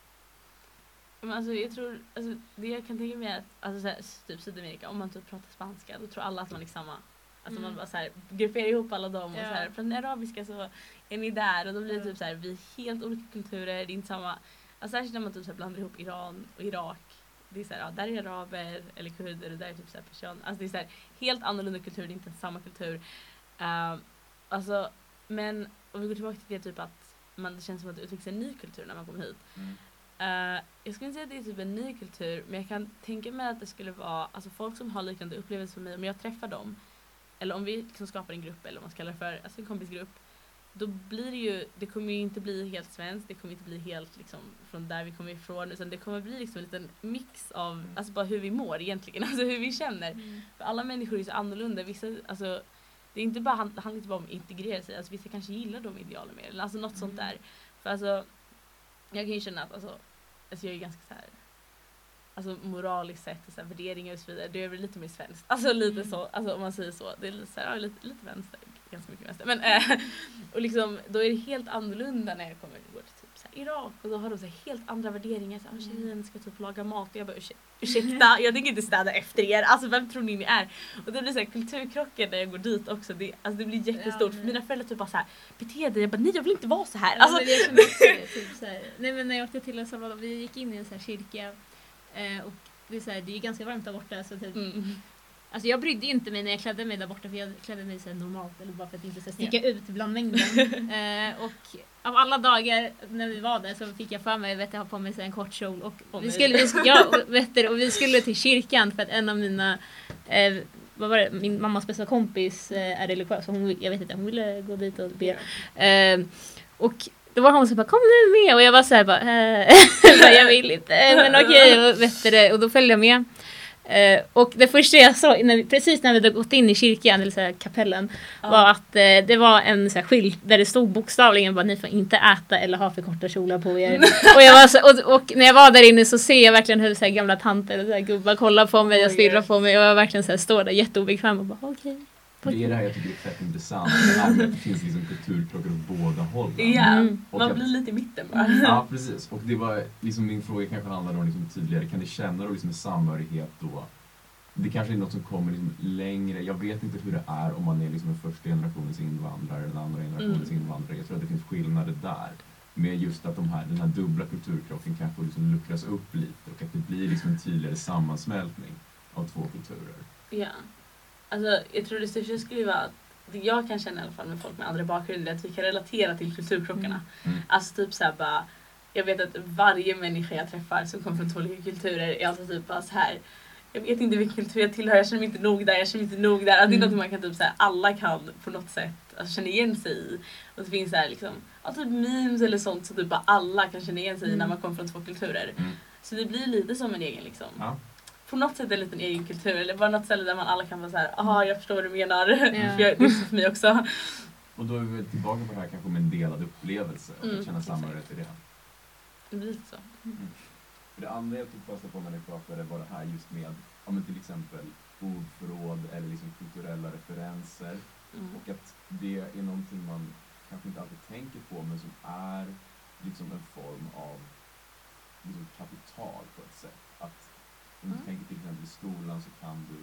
Men alltså jag tror, alltså det jag kan tänka mig är att alltså, så här, typ Sydamerika, om man typ pratar spanska då tror alla att man är samma. Alltså Mm. man bara så här grupperar ihop alla dem och Ja. så här, från arabiska så är ni där och då blir det Ja. typ så här, vi är helt olika kulturer, det är inte samma. Alltså särskilt när man typ så här blandar ihop Iran och Irak. Det är så här, ja, där är araber eller kurder och där är typ så här person. Alltså det är så här, helt annorlunda kultur, det är inte samma kultur. Uh, alltså, men om vi går tillbaka till det typ att man, det känns som att det utvecklas en ny kultur när man kommer hit. Mm. Uh, jag skulle inte säga att det är typ en ny kultur, men jag kan tänka mig att det skulle vara alltså folk som har liknande upplevelser som mig, om jag träffar dem eller om vi liksom skapar en grupp eller om man ska kalla det för alltså en kompisgrupp, då blir det ju, det kommer ju inte bli helt svenskt, det kommer inte bli helt liksom från där vi kommer ifrån, utan det kommer bli liksom en liten mix av Mm. alltså bara hur vi mår egentligen, alltså hur vi känner. mm. För alla människor är så annorlunda, vissa, alltså det är inte bara, det handlar inte bara om att integrera sig, alltså vissa kanske gillar de idealen mer, eller alltså något sånt Mm. där. För alltså, jag kan ju känna att alltså, alltså jag är ganska så här, alltså moraliskt sett och så här, värderingar och så vidare, det är väl lite mer svenskt. Alltså lite Mm. så, alltså om man säger så, det är lite så här, ja, lite, lite vänster, ganska mycket vänster. Men äh, och liksom, då är det helt annorlunda när jag kommer gå till typ så här, Irak och då har de så här, helt andra värderingar. Så här, Mm. tjejen ska typ laga mat och jag bara ursäkta, ursäkta, jag tänker inte städa efter er. Alltså vem tror ni ni är? Och det blir så här kulturkrockar när jag går dit också. Det, alltså, det blir jättestort. Ja, För mina föräldrar typ bara så här, bete dig. Jag bara nej jag vill inte vara så här. Ja, Alltså, men jag känner också det, typ så här. Nej men när jag åkte till El Salvador, vi gick in i en så här kyrka eh, och det är, så här, det är ganska varmt där borta så typ, mm. alltså jag brydde inte mig när jag klädde mig där borta för jag klädde mig så här normalt eller bara för att inte så här, sticka ut bland mängden. eh, och av alla dagar när vi var där så fick jag för mig vet jag ha på mig så här, en kort kjol och Åh, vi nej. skulle, vi, sk- ja, och, vet du, och vi skulle till kyrkan för att en av mina eh, vad var det? Min mammas bästa kompis eh, är religiös så hon, jag vet inte, hon ville gå dit och be. Eh, och då var hon så bara, kom nu med och jag var så här bara, eh, jag vill inte, men okej och, vet du, och då följde jag med. Eh, och det första jag såg, när vi, precis när vi hade gått in i kyrkan, eller så här, kapellen, Ja. var att eh, det var en så här, skylt där det stod bokstavligen bara, ni får inte äta eller ha för korta kjolar på er. och, jag var så, och, och när jag var där inne så ser jag verkligen hur så här, gamla tanter och så här, gubbar kollar på mig och Oj, stirrar yes. på mig och jag verkligen så här, står där jätteobekväm och bara, okej. Det är det här jag tycker är fett intressant. Det här med att det finns liksom kulturkrockar åt båda hållen. Ja, Mm. Och man att- blir lite i mitten bara. Ja, precis. Och det var liksom min fråga kanske handlade om liksom tydligare, kan ni känna då liksom en samhörighet då? Det kanske är något som kommer liksom längre. Jag vet inte hur det är om man är liksom en första generationens invandrare eller en andra generationens Mm. invandrare. Jag tror att det finns skillnader där. Med just att de här, den här dubbla kulturkrocken kanske liksom luckras upp lite och att det blir liksom en tydligare sammansmältning av två kulturer. Ja. Alltså jag tror det största skulle vara att det jag kan känna i alla fall med folk med andra bakgrunder är att vi kan relatera till kulturkrockarna. Mm. Alltså typ såhär bara, jag vet att varje människa jag träffar som kommer från två olika kulturer är alltså typ bara så här. jag vet inte vilken kultur jag tillhör, jag känner mig inte nog där, jag känner mig inte nog där. Alltså, det är något man kan typ såhär, alla kan på något sätt alltså, känna igen sig i. Och så finns det här liksom, ja, typ memes eller sånt som typ bara alla kan känna igen sig i Mm. när man kommer från två kulturer. Mm. Så det blir lite som en egen liksom. Ja. På något sätt en liten egen kultur, eller bara något ställe där man alla kan vara så här, aha jag förstår vad du menar. Ja. För jag, det är så för mig också. Och då är vi tillbaka på det här kanske med en delad upplevelse och Mm, att känna samhörighet exakt. i det. Det blir lite så. För det andra jag tog fasta på när ni pratade var det här just med ja, men till exempel ordförråd eller liksom kulturella referenser. Mm. Och att det är någonting man kanske inte alltid tänker på men som är liksom en form av liksom kapital på ett sätt. Att om du Mm. tänker till exempel i skolan så kan du,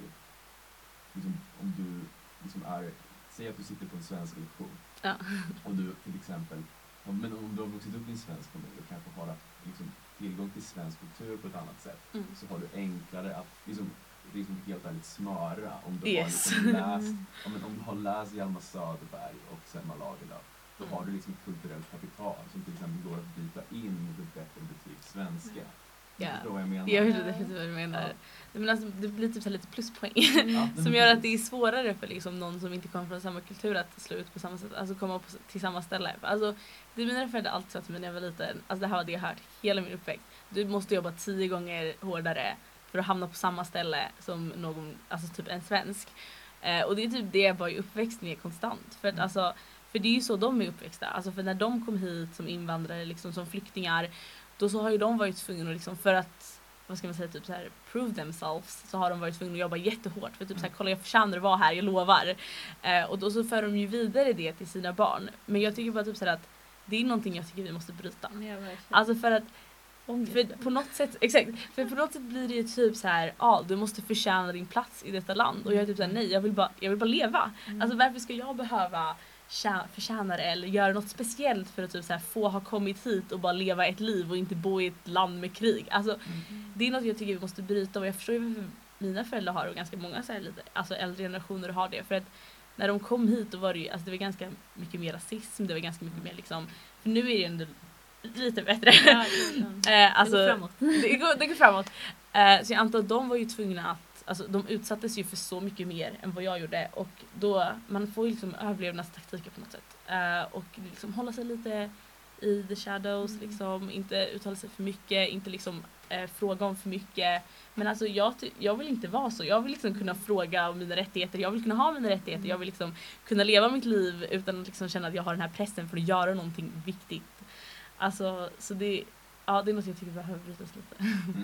liksom, om du liksom är, säg att du sitter på en svensk lektion Ja. och du till exempel, ja, men om du har vuxit upp i en svensk kommun och kanske har haft liksom, tillgång till svensk kultur på ett annat sätt Mm. så har du enklare att liksom, liksom helt ärligt smöra om du, Yes. har, liksom läst, ja, men om du har läst Hjalmar Söderberg och Selma Lagerlöf då Mm. har du liksom kulturellt kapital som till exempel går att byta in mot ett bättre betyg svenska. Ja. Förstår vad jag menar? Jag vet definitivt vad du menar. Ja. Nej, men alltså, det blir typ så här lite pluspoäng. Ja, Som men gör att precis. det är svårare för liksom någon som inte kommer från samma kultur att slå ut på samma sätt, alltså komma på, till samma ställe. Alltså, det är mina föräldrar alltid sa till mig när jag var liten, alltså det här var det jag hört hela min uppväxt. Du måste jobba tio gånger hårdare för att hamna på samma ställe som någon, alltså typ en svensk. Eh, och det är typ det jag var i uppväxt med konstant. För att Mm. alltså, för det är ju så de är uppväxta. Alltså för när de kom hit som invandrare, liksom som flyktingar, då så har ju de varit tvungna liksom för att, vad ska man säga, typ så här prove themselves, så har de varit tvungna att jobba jättehårt för typ så här, kolla jag förtjänar att vara här, jag lovar. Eh, och då så för de ju vidare det till sina barn. Men jag tycker bara typ så här att det är någonting jag tycker vi måste bryta. Ja, verkligen. Alltså för att Ångest. för på något sätt, exakt, för på något sätt blir det ju typ så här, ja ah, du måste förtjäna din plats i detta land. Och jag är typ såhär, nej jag vill bara, jag vill bara leva. Mm. Alltså varför ska jag behöva tjä- förtjäna det eller göra något speciellt för att typ så här, få ha kommit hit och bara leva ett liv och inte bo i ett land med krig. Alltså Mm. det är något jag tycker vi måste bryta och jag förstår ju varför mina föräldrar har och ganska många så här, lite, alltså äldre generationer har det. För att när de kom hit då var det ju, alltså det var ganska mycket mer rasism, det var ganska mycket mer liksom, för nu är det ändå lite bättre. Ja, liksom. eh, alltså, det går framåt. det går, det går framåt. Eh, så jag antar att de var ju tvungna att, alltså de utsattes ju för så mycket mer än vad jag gjorde och då, man får ju liksom överlevnadstaktiker på något sätt. Eh, och liksom hålla sig lite i the shadows, Mm. liksom, inte uttala sig för mycket, inte liksom eh, fråga om för mycket. Men alltså jag, ty- jag vill inte vara så. Jag vill liksom kunna fråga om mina rättigheter, jag vill kunna ha mina rättigheter, Mm. jag vill liksom kunna leva mitt liv utan att liksom känna att jag har den här pressen för att göra någonting viktigt. Alltså, så det, ja, det är något jag tycker behöver brytas lite. Mm.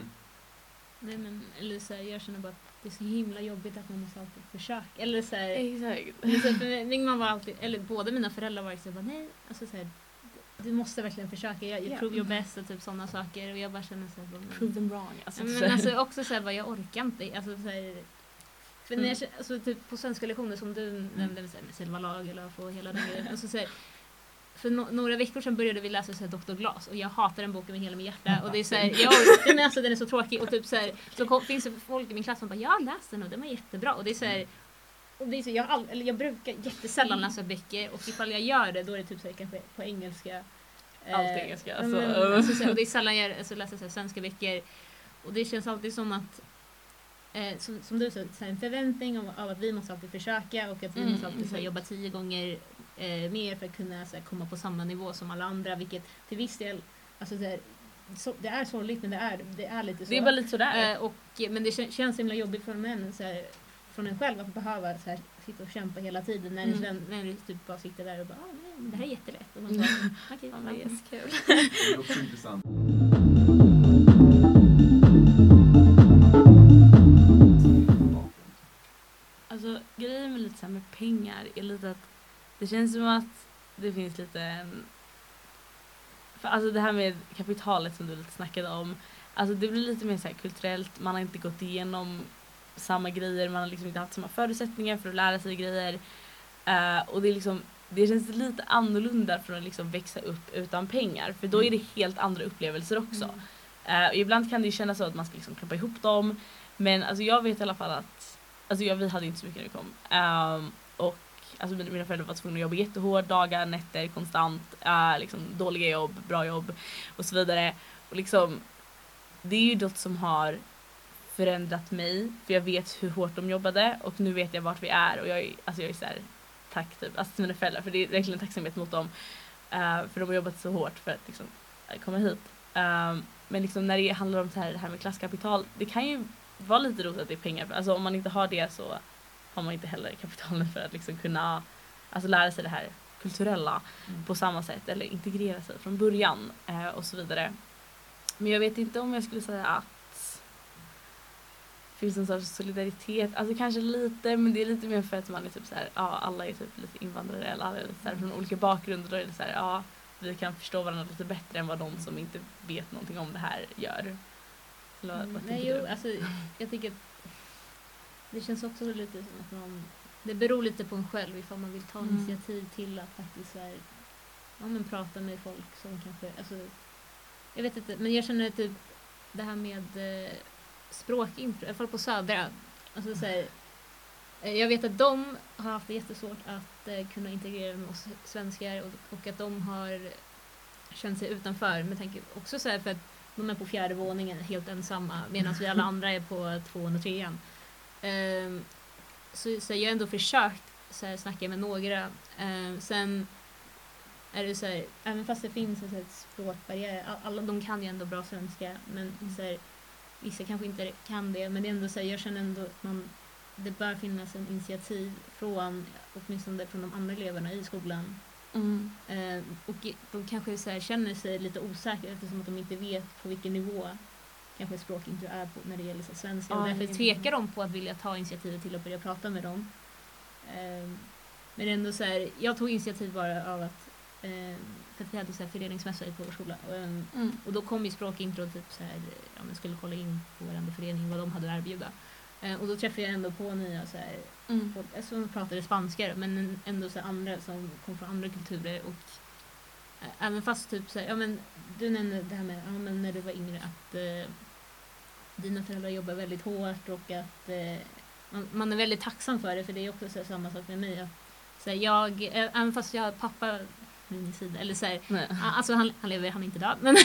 Nej men eller så här, jag känner bara att det är så himla jobbigt att man måste alltid försöka. Eller så här, Exakt. eller så här, för min mamma var alltid, eller båda mina föräldrar var så här, bara, nej, alltså så här, du måste verkligen försöka, jag, jag Ja. prove your best och typ sådana saker och jag bara känner så här, bara, men- Prove them wrong. Alltså, Ja, men alltså också så här, bara, jag orkar inte. Alltså, så här, för när Mm. jag, känner- alltså, typ, på svenska lektioner som du nämnde så här, med Selma Lagerlöf och hela den grejen. Alltså, så här, för no- några veckor sedan började vi läsa så här, doktor Glas och jag hatar den boken med hela mitt hjärta. Och det är så här, jag, nej, men alltså, den är så tråkig och typ så, här, så kom, finns det folk i min klass som bara jag har läst den och den var jättebra. Och det är så här, och det är så, jag, all, eller jag brukar jättesällan läsa böcker och ifall jag gör det då är det typ så här, kanske på engelska. Allt Eh, engelska, ja, alltså, men, uh. alltså, så här, och det är sällan jag alltså, läser så här, svenska böcker. Och det känns alltid som att eh, som, som du sa, så här, en förväntning av, av att vi måste alltid försöka och att vi Mm, måste alltid så här, exakt. jobba tio gånger eh, mer för att kunna så här, komma på samma nivå som alla andra, vilket till viss del alltså, så här, så, det är sorgligt men det är, det är lite så. det är bara lite sådär. Eh, och, men det kän, känns himla jobbigt från en, så här, från en själv att behöva så här, sitta och kämpa hela tiden när, Mm. mm. när du typ bara sitter där och bara ah, nej, men det här är jättelätt. Och man bara, okej, Ja, men ja. yes, kul. Det är också intressant. Alltså grejen med lite så här med pengar är lite att det känns som att det finns lite en, för alltså det här med kapitalet som du lite snackade om, alltså det blir lite mer så här kulturellt, man har inte gått igenom samma grejer, man har liksom inte haft samma förutsättningar för att lära sig grejer. Uh, och det är liksom, det känns lite annorlunda från att liksom växa upp utan pengar, för då är det helt andra upplevelser också. Mm. Uh, och ibland kan det ju kännas så att man ska liksom klappa ihop dem, men alltså jag vet i alla fall att alltså jag, vi hade inte så mycket när vi kom. Um, och alltså mina, mina föräldrar var tvungna att jobba jättehårt, dagar, nätter, konstant, uh, liksom dåliga jobb, bra jobb och så vidare. Och liksom, det är ju något som har förändrat mig. För jag vet hur hårt de jobbade och nu vet jag vart vi är. Och jag är, alltså jag är så här, tack typ, alltså till mina föräldrar. För det är verkligen tacksamhet mot dem. Uh, för de har jobbat så hårt för att liksom, komma hit. Uh, men liksom när det handlar om det här, det här med klasskapital, det kan ju vara lite roligt att det är pengar. Alltså om man inte har det så har man inte heller kapitalen för att liksom kunna alltså lära sig det här kulturella mm. på samma sätt. Eller integrera sig från början uh, och så vidare. Men jag vet inte om jag skulle säga att det finns en sorts solidaritet. Alltså kanske lite, men det är lite mer för att man är typ så här, ja, alla är typ lite invandrare eller alla är lite så här, från olika bakgrunder. Då är det så här, ja, vi kan förstå varandra lite bättre än vad de som inte vet någonting om det här gör. Eller, mm, vad nej, jo, alltså jag tycker att det känns också lite som att man, det beror lite på en själv ifall man vill ta Mm. initiativ till att faktiskt så här, ja, men prata med folk som kanske, alltså jag vet inte, men jag känner typ det här med eh, språkintro, i alla fall på Södra. Alltså, så här, jag vet att de har haft det jättesvårt att eh, kunna integrera med oss svenskar och, och att de har känt sig utanför. Men tänker också så här, för att de är på fjärde våningen helt ensamma medan vi alla andra är på tvåan och trean. Um, så, så jag har ändå försökt så här, snacka med några. Um, sen är det så här, även fast det finns en så här, språkbarriär, alla de kan ju ändå bra svenska, men så här, vissa kanske inte kan det, men det är ändå så här, jag känner ändå att man, det bör finnas en initiativ från, åtminstone från de andra eleverna i skolan. Mm. Eh, och de kanske så här, känner sig lite osäkra eftersom att de inte vet på vilken nivå kanske språkintro är på när det gäller så här, svenska. Ja, och därför det är tvekar de på att vilja ta initiativet till att börja prata med dem. Eh, men ändå så här, jag tog initiativ bara av att eh, för att vi hade så här föreningsmässa på vår skola. Och, Mm. och då kom ju språkintro typ så här, ja, men skulle kolla in på varandra förening vad de hade att erbjuda. Eh, och då träffade jag ändå på nya så här, Mm. folk som pratade spanska, men ändå så här, andra som kom från andra kulturer. Och äh, även fast typ så här, ja men du nämnde det här med, ja men när du var yngre att eh, dina föräldrar jobbar väldigt hårt och att eh, man, man är väldigt tacksam för det, för det är också så här, samma sak med mig. Att, så här, jag, äh, även fast jag har pappa min sida, eller så här, alltså han, han lever, han är inte död, men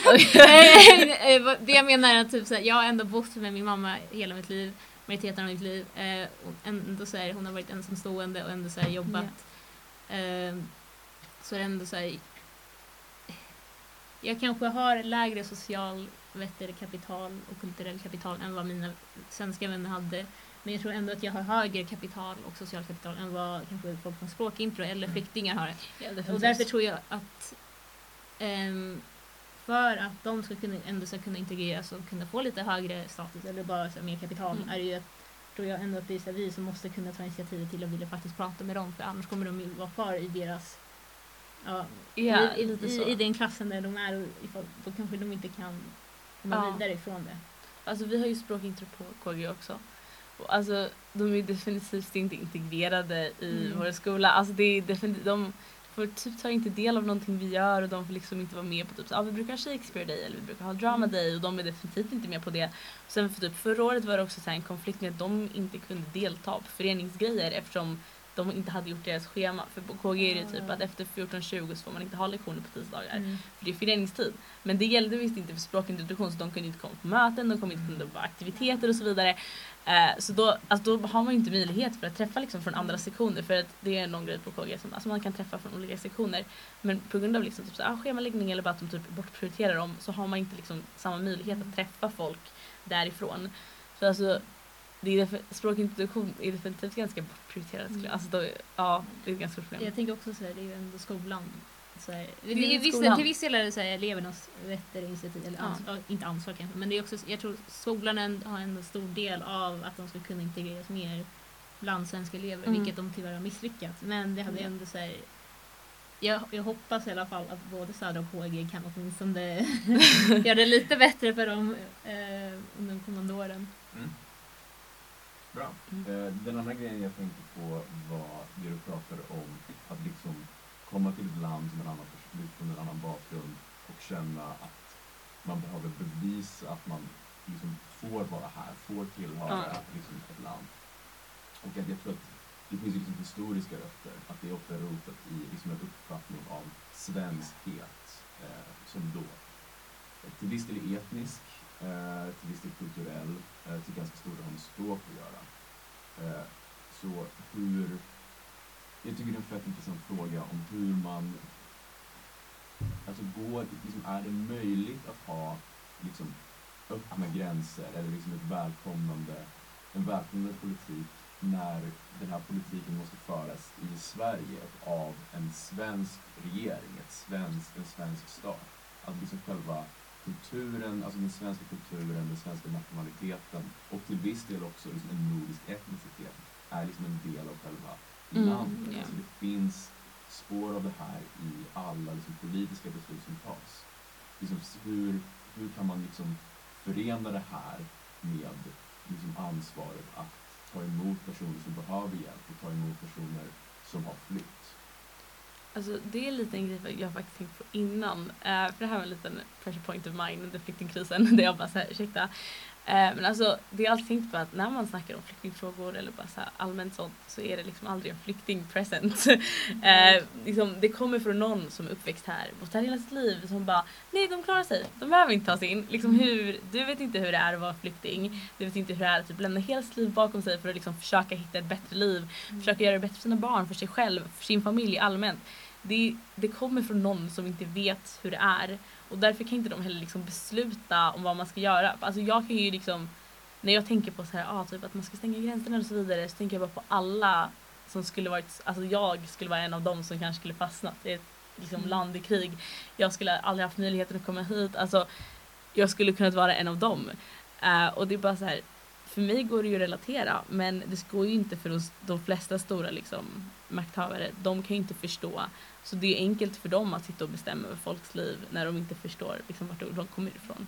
det jag menar är att typ, så här, jag har ändå bott med min mamma hela mitt liv, majoriteten av mitt liv, eh, och ändå så här, hon har varit ensamstående och ändå så här, jobbat yeah. eh, så är det ändå så här, jag kanske har lägre social vet du, kapital och kulturell kapital än vad mina svenska vänner hade, men jag tror ändå att jag har högre kapital och social kapital än vad kanske folk från språkintro eller flyktingar har. Ja, och därför tror jag att um, för att de ska kunna, ändå ska kunna integreras och kunna få lite högre status eller bara så här, mer kapital mm. är det ju att, tror jag ändå att det är vi som måste kunna ta initiativet till att vilja faktiskt prata med dem, för annars kommer de ju vara kvar i deras ja, ja, i, i, i, i den klassen där de är och ifall, då kanske de inte kan komma ja. vidare ifrån det. Alltså vi har ju språkintro på K G också. Alltså de är definitivt inte integrerade i mm. vår skola. Alltså det är definitivt, de får typ ta inte del av någonting vi gör och de får liksom inte vara med på typ så, ah, vi brukar ha Shakespeare Day eller vi brukar ha Drama Day och de är definitivt inte med på det. Sen för typ förra året var det också så här en konflikt med att de inte kunde delta på föreningsgrejer eftersom de inte hade gjort deras schema. För på K G är det typ att efter fjorton tjugo så får man inte ha lektioner på tisdagar. Mm. För det är föreningstid. Men det gällde visst inte för språkintroduktion så de kunde inte komma på möten, de kunde inte kunna på aktiviteter och så vidare. Uh, så då, alltså då har man ju inte möjlighet för att träffa liksom från andra sektioner för att det är någon grej på K G som alltså man kan träffa från olika sektioner. Men på grund av liksom typ så, ah, schemaläggning eller bara att de typ bortprioriterar dem så har man inte liksom samma möjlighet att träffa folk därifrån. Så alltså det är språkintroduktion är definitivt ganska bortprioriterat. Mm. Alltså då, ja, det är ett ganska stort problem. Jag tänker också så här, det är ju ändå skolan. Så här, det det är vissa, till viss del är det så här, elevernas rätt eller initiativ, eller ansvar, ja. inte ansvar kanske, men det är också, jag tror skolan har en stor del av att de ska kunna integreras mer bland svenska elever, mm. vilket de tyvärr har misslyckats. Men det hade mm. ändå så här, jag, jag hoppas i alla fall att både Södra och K G kan åtminstone göra det lite bättre för dem eh, under de kommande åren. Mm. Bra. Mm. Den andra grejen jag tänkte på var det du pratade om, att liksom komma till ett land som en annan person från en annan bakgrund och känna att man behöver bevisa att man liksom får vara här, får tillhöra ja. liksom ett land. Och att jag tror att det finns liksom historiska rötter, att det är ofta rotat i liksom en uppfattning av svenskhet eh, som då till viss del är etnisk eh, till viss del kulturell, eh, till ganska stora har med språk att göra. Eh, så hur, jag tycker det är en fett intressant fråga om hur man, alltså går, liksom, är det möjligt att ha liksom öppna gränser eller liksom ett välkomnande, en välkomnande politik när den här politiken måste föras i Sverige av en svensk regering, ett svensk, en svensk stat. Att liksom själva kulturen, alltså den svenska kulturen, den svenska nationaliteten och till viss del också liksom en nordisk etnicitet är liksom en del av själva Mm, landet. ja. Alltså det finns spår av det här i alla liksom politiska beslut som tas. Liksom hur, hur kan man liksom förena det här med liksom ansvaret att ta emot personer som behöver hjälp och ta emot personer som har flytt? Alltså det är lite en grej jag faktiskt tänkt på innan. Uh, för det här var en liten pressure point of mine under flyktingkrisen. Där jag bara såhär, ursäkta. Uh, men alltså det jag alltid tänkt på att när man snackar om flyktingfrågor eller bara så här allmänt sånt så är det liksom aldrig en flykting present. uh, liksom, det kommer från någon som är uppväxt här, bott här hela sitt liv som bara, nej de klarar sig, de behöver inte ta sig in. Liksom, hur, du vet inte hur det är att vara flykting. Du vet inte hur det är att typ, lämna hela sitt liv bakom sig för att liksom, försöka hitta ett bättre liv. Mm. Försöka göra det bättre för sina barn, för sig själv, för sin familj allmänt. Det, det kommer från någon som inte vet hur det är. Och därför kan inte de heller liksom besluta om vad man ska göra. Alltså jag kan ju liksom, när jag tänker på så här, ah, typ att man ska stänga gränserna och så vidare, så tänker jag bara på alla som skulle varit, alltså jag skulle vara en av dem som kanske skulle fastnat i ett liksom, Mm. land i krig. Jag skulle aldrig haft möjligheten att komma hit. Alltså jag skulle kunnat vara en av dem. Uh, och det är bara så här, för mig går det ju att relatera, men det går ju inte för de, de flesta stora liksom, makthavare. De kan ju inte förstå. Så det är enkelt för dem att sitta och bestämma över folks liv när de inte förstår liksom, vart de kommer ifrån.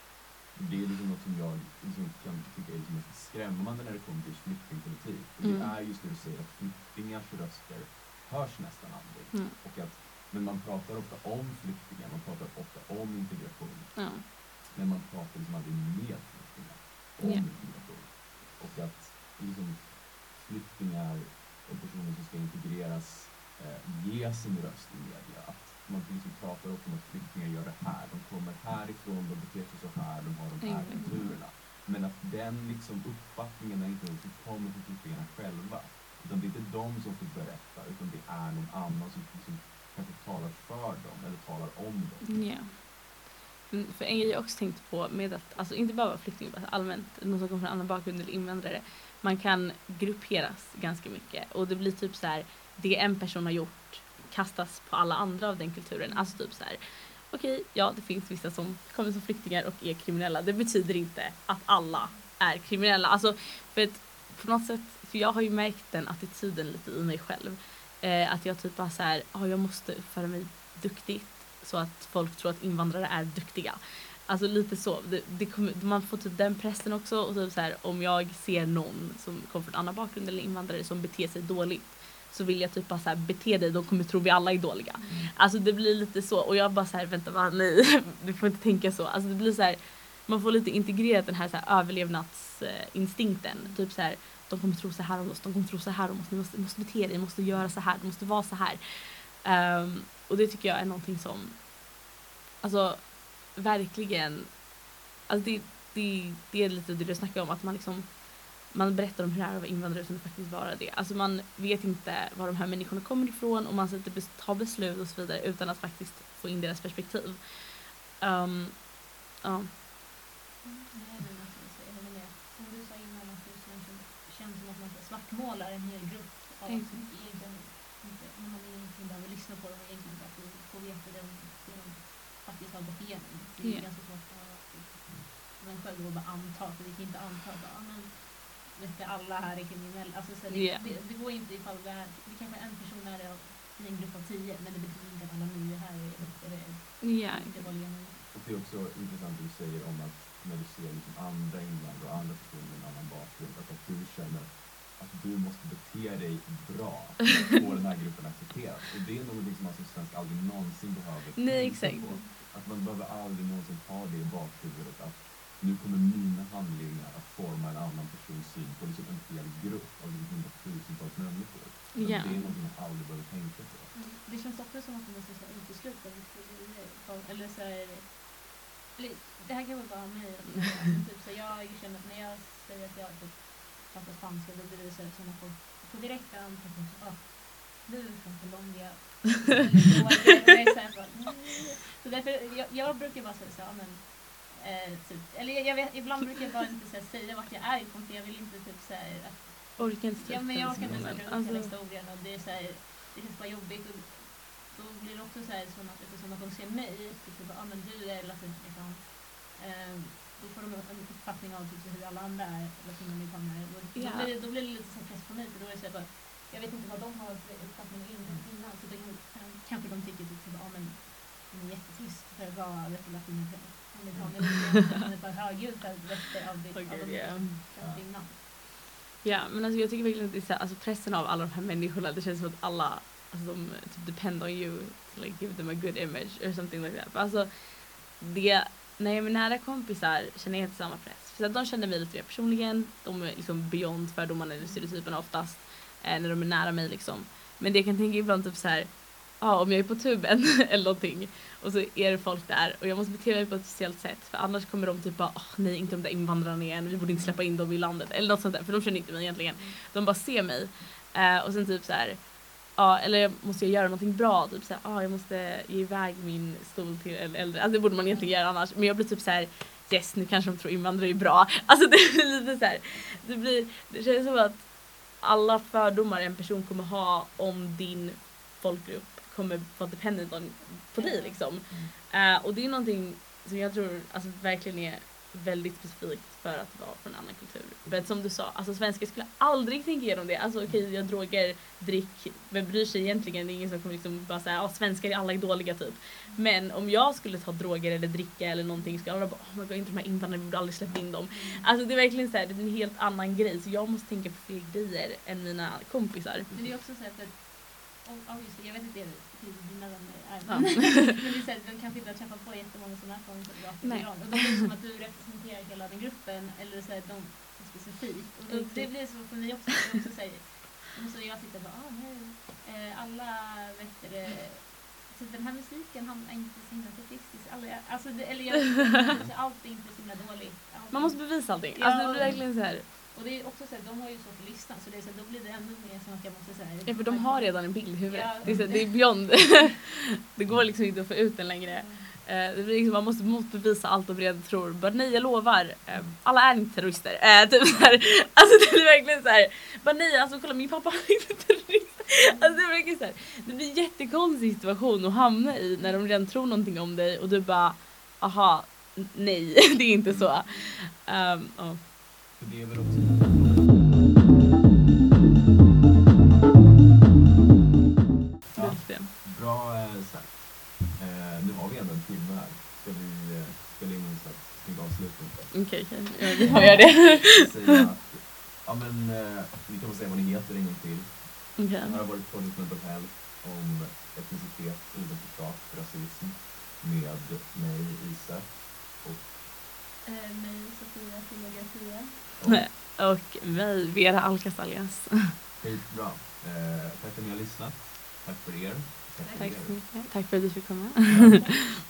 Det är liksom något som jag liksom kan tycka är liksom skrämmande när det kommer till flyktingpolitik. Och Mm. det är just det du säger, att flyktingars röster hörs nästan aldrig. Mm. Och att, men man pratar ofta om flyktingar, man pratar ofta om integration. Ja. Men man pratar liksom aldrig med flyktingar om Ja. integration. Och att liksom, flyktingar och personer som ska integreras eh, ges sin röst i media. Att man liksom pratar också om att flyktingar gör det här. De kommer härifrån, de beter sig så här, de har de här Mm. kulturerna. Men att den liksom uppfattningen är inte något som kommer från flyktingarna själva. Utan det är inte de som får berätta, utan det är någon annan som liksom kanske talar för dem eller talar om dem. Ja. Mm, för en grej jag också tänkt på med att, alltså inte bara vara flykting, utan allmänt, någon som kommer från annan bakgrund eller invandrare, man kan grupperas ganska mycket. Och det blir typ så här, det en person har gjort kastas på alla andra av den kulturen. Alltså typ så här, okej, okay, ja det finns vissa som kommer som flyktingar och är kriminella. Det betyder inte att alla är kriminella. Alltså för att på något sätt, för jag har ju märkt den attityden lite i mig själv. Eh, att jag typ bara så här, oh, jag måste uppföra mig duktigt så att folk tror att invandrare är duktiga. Alltså lite så. Det, det kommer, man får typ den pressen också. Och typ så här, om jag ser någon som kommer från annan bakgrund eller invandrare som beter sig dåligt, så vill jag typ bara så här, bete dig, de kommer tro vi alla är dåliga. Mm. Alltså det blir lite så. Och jag bara så här, vänta va, nej, du får inte tänka så. Alltså det blir så här, man får lite integrerat den här, så här överlevnadsinstinkten. Typ så här, de kommer tro så här om oss, de kommer tro så här om oss, ni måste, måste bete dig, måste göra så här, du måste vara så här. Um, och det tycker jag är någonting som, alltså verkligen, alltså det, det, det är lite det du snackar om, att man liksom, man berättar om hur det är att vara invandrare utan att faktiskt vara det. Alltså man vet inte var de här människorna kommer ifrån och man sätter tar beslut och så vidare utan att faktiskt få in deras perspektiv. Um, ja. Nej, men alltså, jag håller med. Som du sa innan, att det känns som, känns som att man svartmålar en hel grupp av Mm. som egentligen inte, när man egentligen behöver lyssna på dem och egentligen bara få, få veta det, det de faktiskt har gått igenom. Det är Ja. ganska svårt att man själv då bara anta, för vi kan inte anta bara, ja, men vet du, alla här är kriminella. Alltså, så det, Ja. det, det går inte ifall det är, det kanske är en person är i en grupp av tio, men det betyder inte att alla nio här är, är, är, Ja. inte var igenom. Och det är också intressant det du säger om att när du ser liksom andra invandrare och andra personer med en annan bakgrund, att, att du känner att du måste bete dig bra för att få den här gruppen accepterad. Och det är något som man som svensk aldrig någonsin behöver Nej, tänka exakt. på. Att man behöver aldrig någonsin ha det i bakhuvudet att nu kommer mina handlingar att forma en annan persons syn på liksom en hel grupp av hundratusentals människor. Ja. Det är något man aldrig behöver tänka på. Mm. Det känns också som att man måste så här, utesluta vissa grejer. Eller så här, eller, det här kan väl bara mig. Men typ, så jag känner att när jag säger att jag typ pratar spanska, då blir det så här som att folk på direkt antar på så, ah, du är från Colombia. Och det är så här bara, mm. Så därför, jag, jag brukar bara säga så, ja, men eh, typ, eller jag, jag vet, ibland brukar jag bara inte så här, säga vart jag är ifrån, för jag vill inte typ så här, att Orkar inte ja, men jag kan inte säga alltså, hela historien och det är så här, det känns bara jobbigt och då blir det också så här som att eftersom att de ser mig typ så bara, ah, men du är latin liksom, eh, då får de en uppfattning av typ, hur alla andra är latinamerikaner och då, ja. blir, då blir det lite så press på mig för då är det så här, bara, jag vet inte vad de har för uppfattning innan så då kan, kanske de tycker typ så bara, ah, men de är jättetyst för att vara latinamerikaner eller bara högljudd för resten av det av de kvinnan. Ja, men alltså jag tycker verkligen att det är så här, alltså pressen av alla de här människorna, det känns som att alla alltså de typ depend on you to like give them a good image or something like that. För alltså det, när jag är med nära kompisar känner jag inte samma press. För att de känner mig lite mer personligen, de är liksom beyond fördomarna eller stereotyperna oftast eh, när de är nära mig liksom. Men det jag kan tänka ibland typ så här, ja, om jag är på tuben eller någonting och så är det folk där och jag måste bete mig på ett speciellt sätt för annars kommer de typ bara, åh nej, inte de där invandrarna igen, vi borde inte släppa in dem i landet eller något sånt där, för de känner inte mig egentligen. De bara ser mig eh, och sen typ så här, ja, eller måste jag göra någonting bra, typ så här, ja, jag måste ge iväg min stol till en äldre, alltså det borde man egentligen göra annars, men jag blir typ så här, yes, nu kanske de tror invandrare är bra, alltså det blir lite så här, det blir, det känns som att alla fördomar en person kommer ha om din folkgrupp kommer vara dependent on, på dig liksom. Mm. Uh, och det är någonting som jag tror alltså, verkligen är väldigt specifikt för att vara från en annan kultur. Men som du sa, alltså svenskar skulle aldrig tänka igenom det. Alltså okej, okay, jag droger, drick, vem bryr sig egentligen? Det är ingen som kommer liksom bara säga, ja, svenskar är alla är dåliga typ. Men om jag skulle ta droger eller dricka eller någonting, skulle alla bara, oh my God, inte de här invandrarna, vi borde aldrig släppa in dem. Mm. Alltså det är verkligen så här, det är en helt annan grej. Så jag måste tänka på fler grejer än mina kompisar. Men det är också så här, för oh, oh, just det, jag vet inte hur dina vänner är. Ja. Men det är så här, de kanske inte har träffat på jättemånga som är från Iran. Och då blir det som att du representerar hela den gruppen eller så här, de specifikt. Och det, det blir så för mig också. Det också så här, och så jag tittar på, ah, nej, eh, alla vet det, så den här musiken han är inte så himla sofistisk. Alltså, det, eller jag alltså, allt är inte så himla dåligt. Allt. Man måste bevisa allting. Ja, alltså det blir verkligen så här. Och det är också så här, de har ju svårt att lyssna så, det är så här, då blir det ännu mer som att jag måste säga. Ja, för de har redan en bild i huvudet. Ja, det, är så, det är beyond. Det går liksom inte att få ut den längre. Mm. Uh, det blir liksom, man måste motbevisa allt de redan tror. Bara nej, jag lovar. Uh, alla är inte terrorister. Uh, typ så här. Alltså det blir verkligen så här. Bara nej, alltså kolla, min pappa är inte terrorist. Alltså det är verkligen så här. Det blir en jättekonstig situation att hamna i när de redan tror någonting om dig och du bara, aha, nej, det är inte så. Um, oh. Det är väl också ja, bra eh, sagt. Eh, nu har vi ändå en timme här. Ska vi eh, spela in en slags snygg avslutning? Okej, okay, okay. Ja, vi har jag det. Säga att, ja men, eh, vi kan väl säga vad ni heter en gång till. Okay. Det har varit Project Mental Health om etnicitet, utanförskap, rasism med mig, Isa och eh, mig, Sofia Silva Garcia. Och, och mig, Vera Alcasallas. Skitbra. Eh, tack för att ni har lyssnat. Tack för er. Tack, tack för så mycket. Tack för att du fick komma.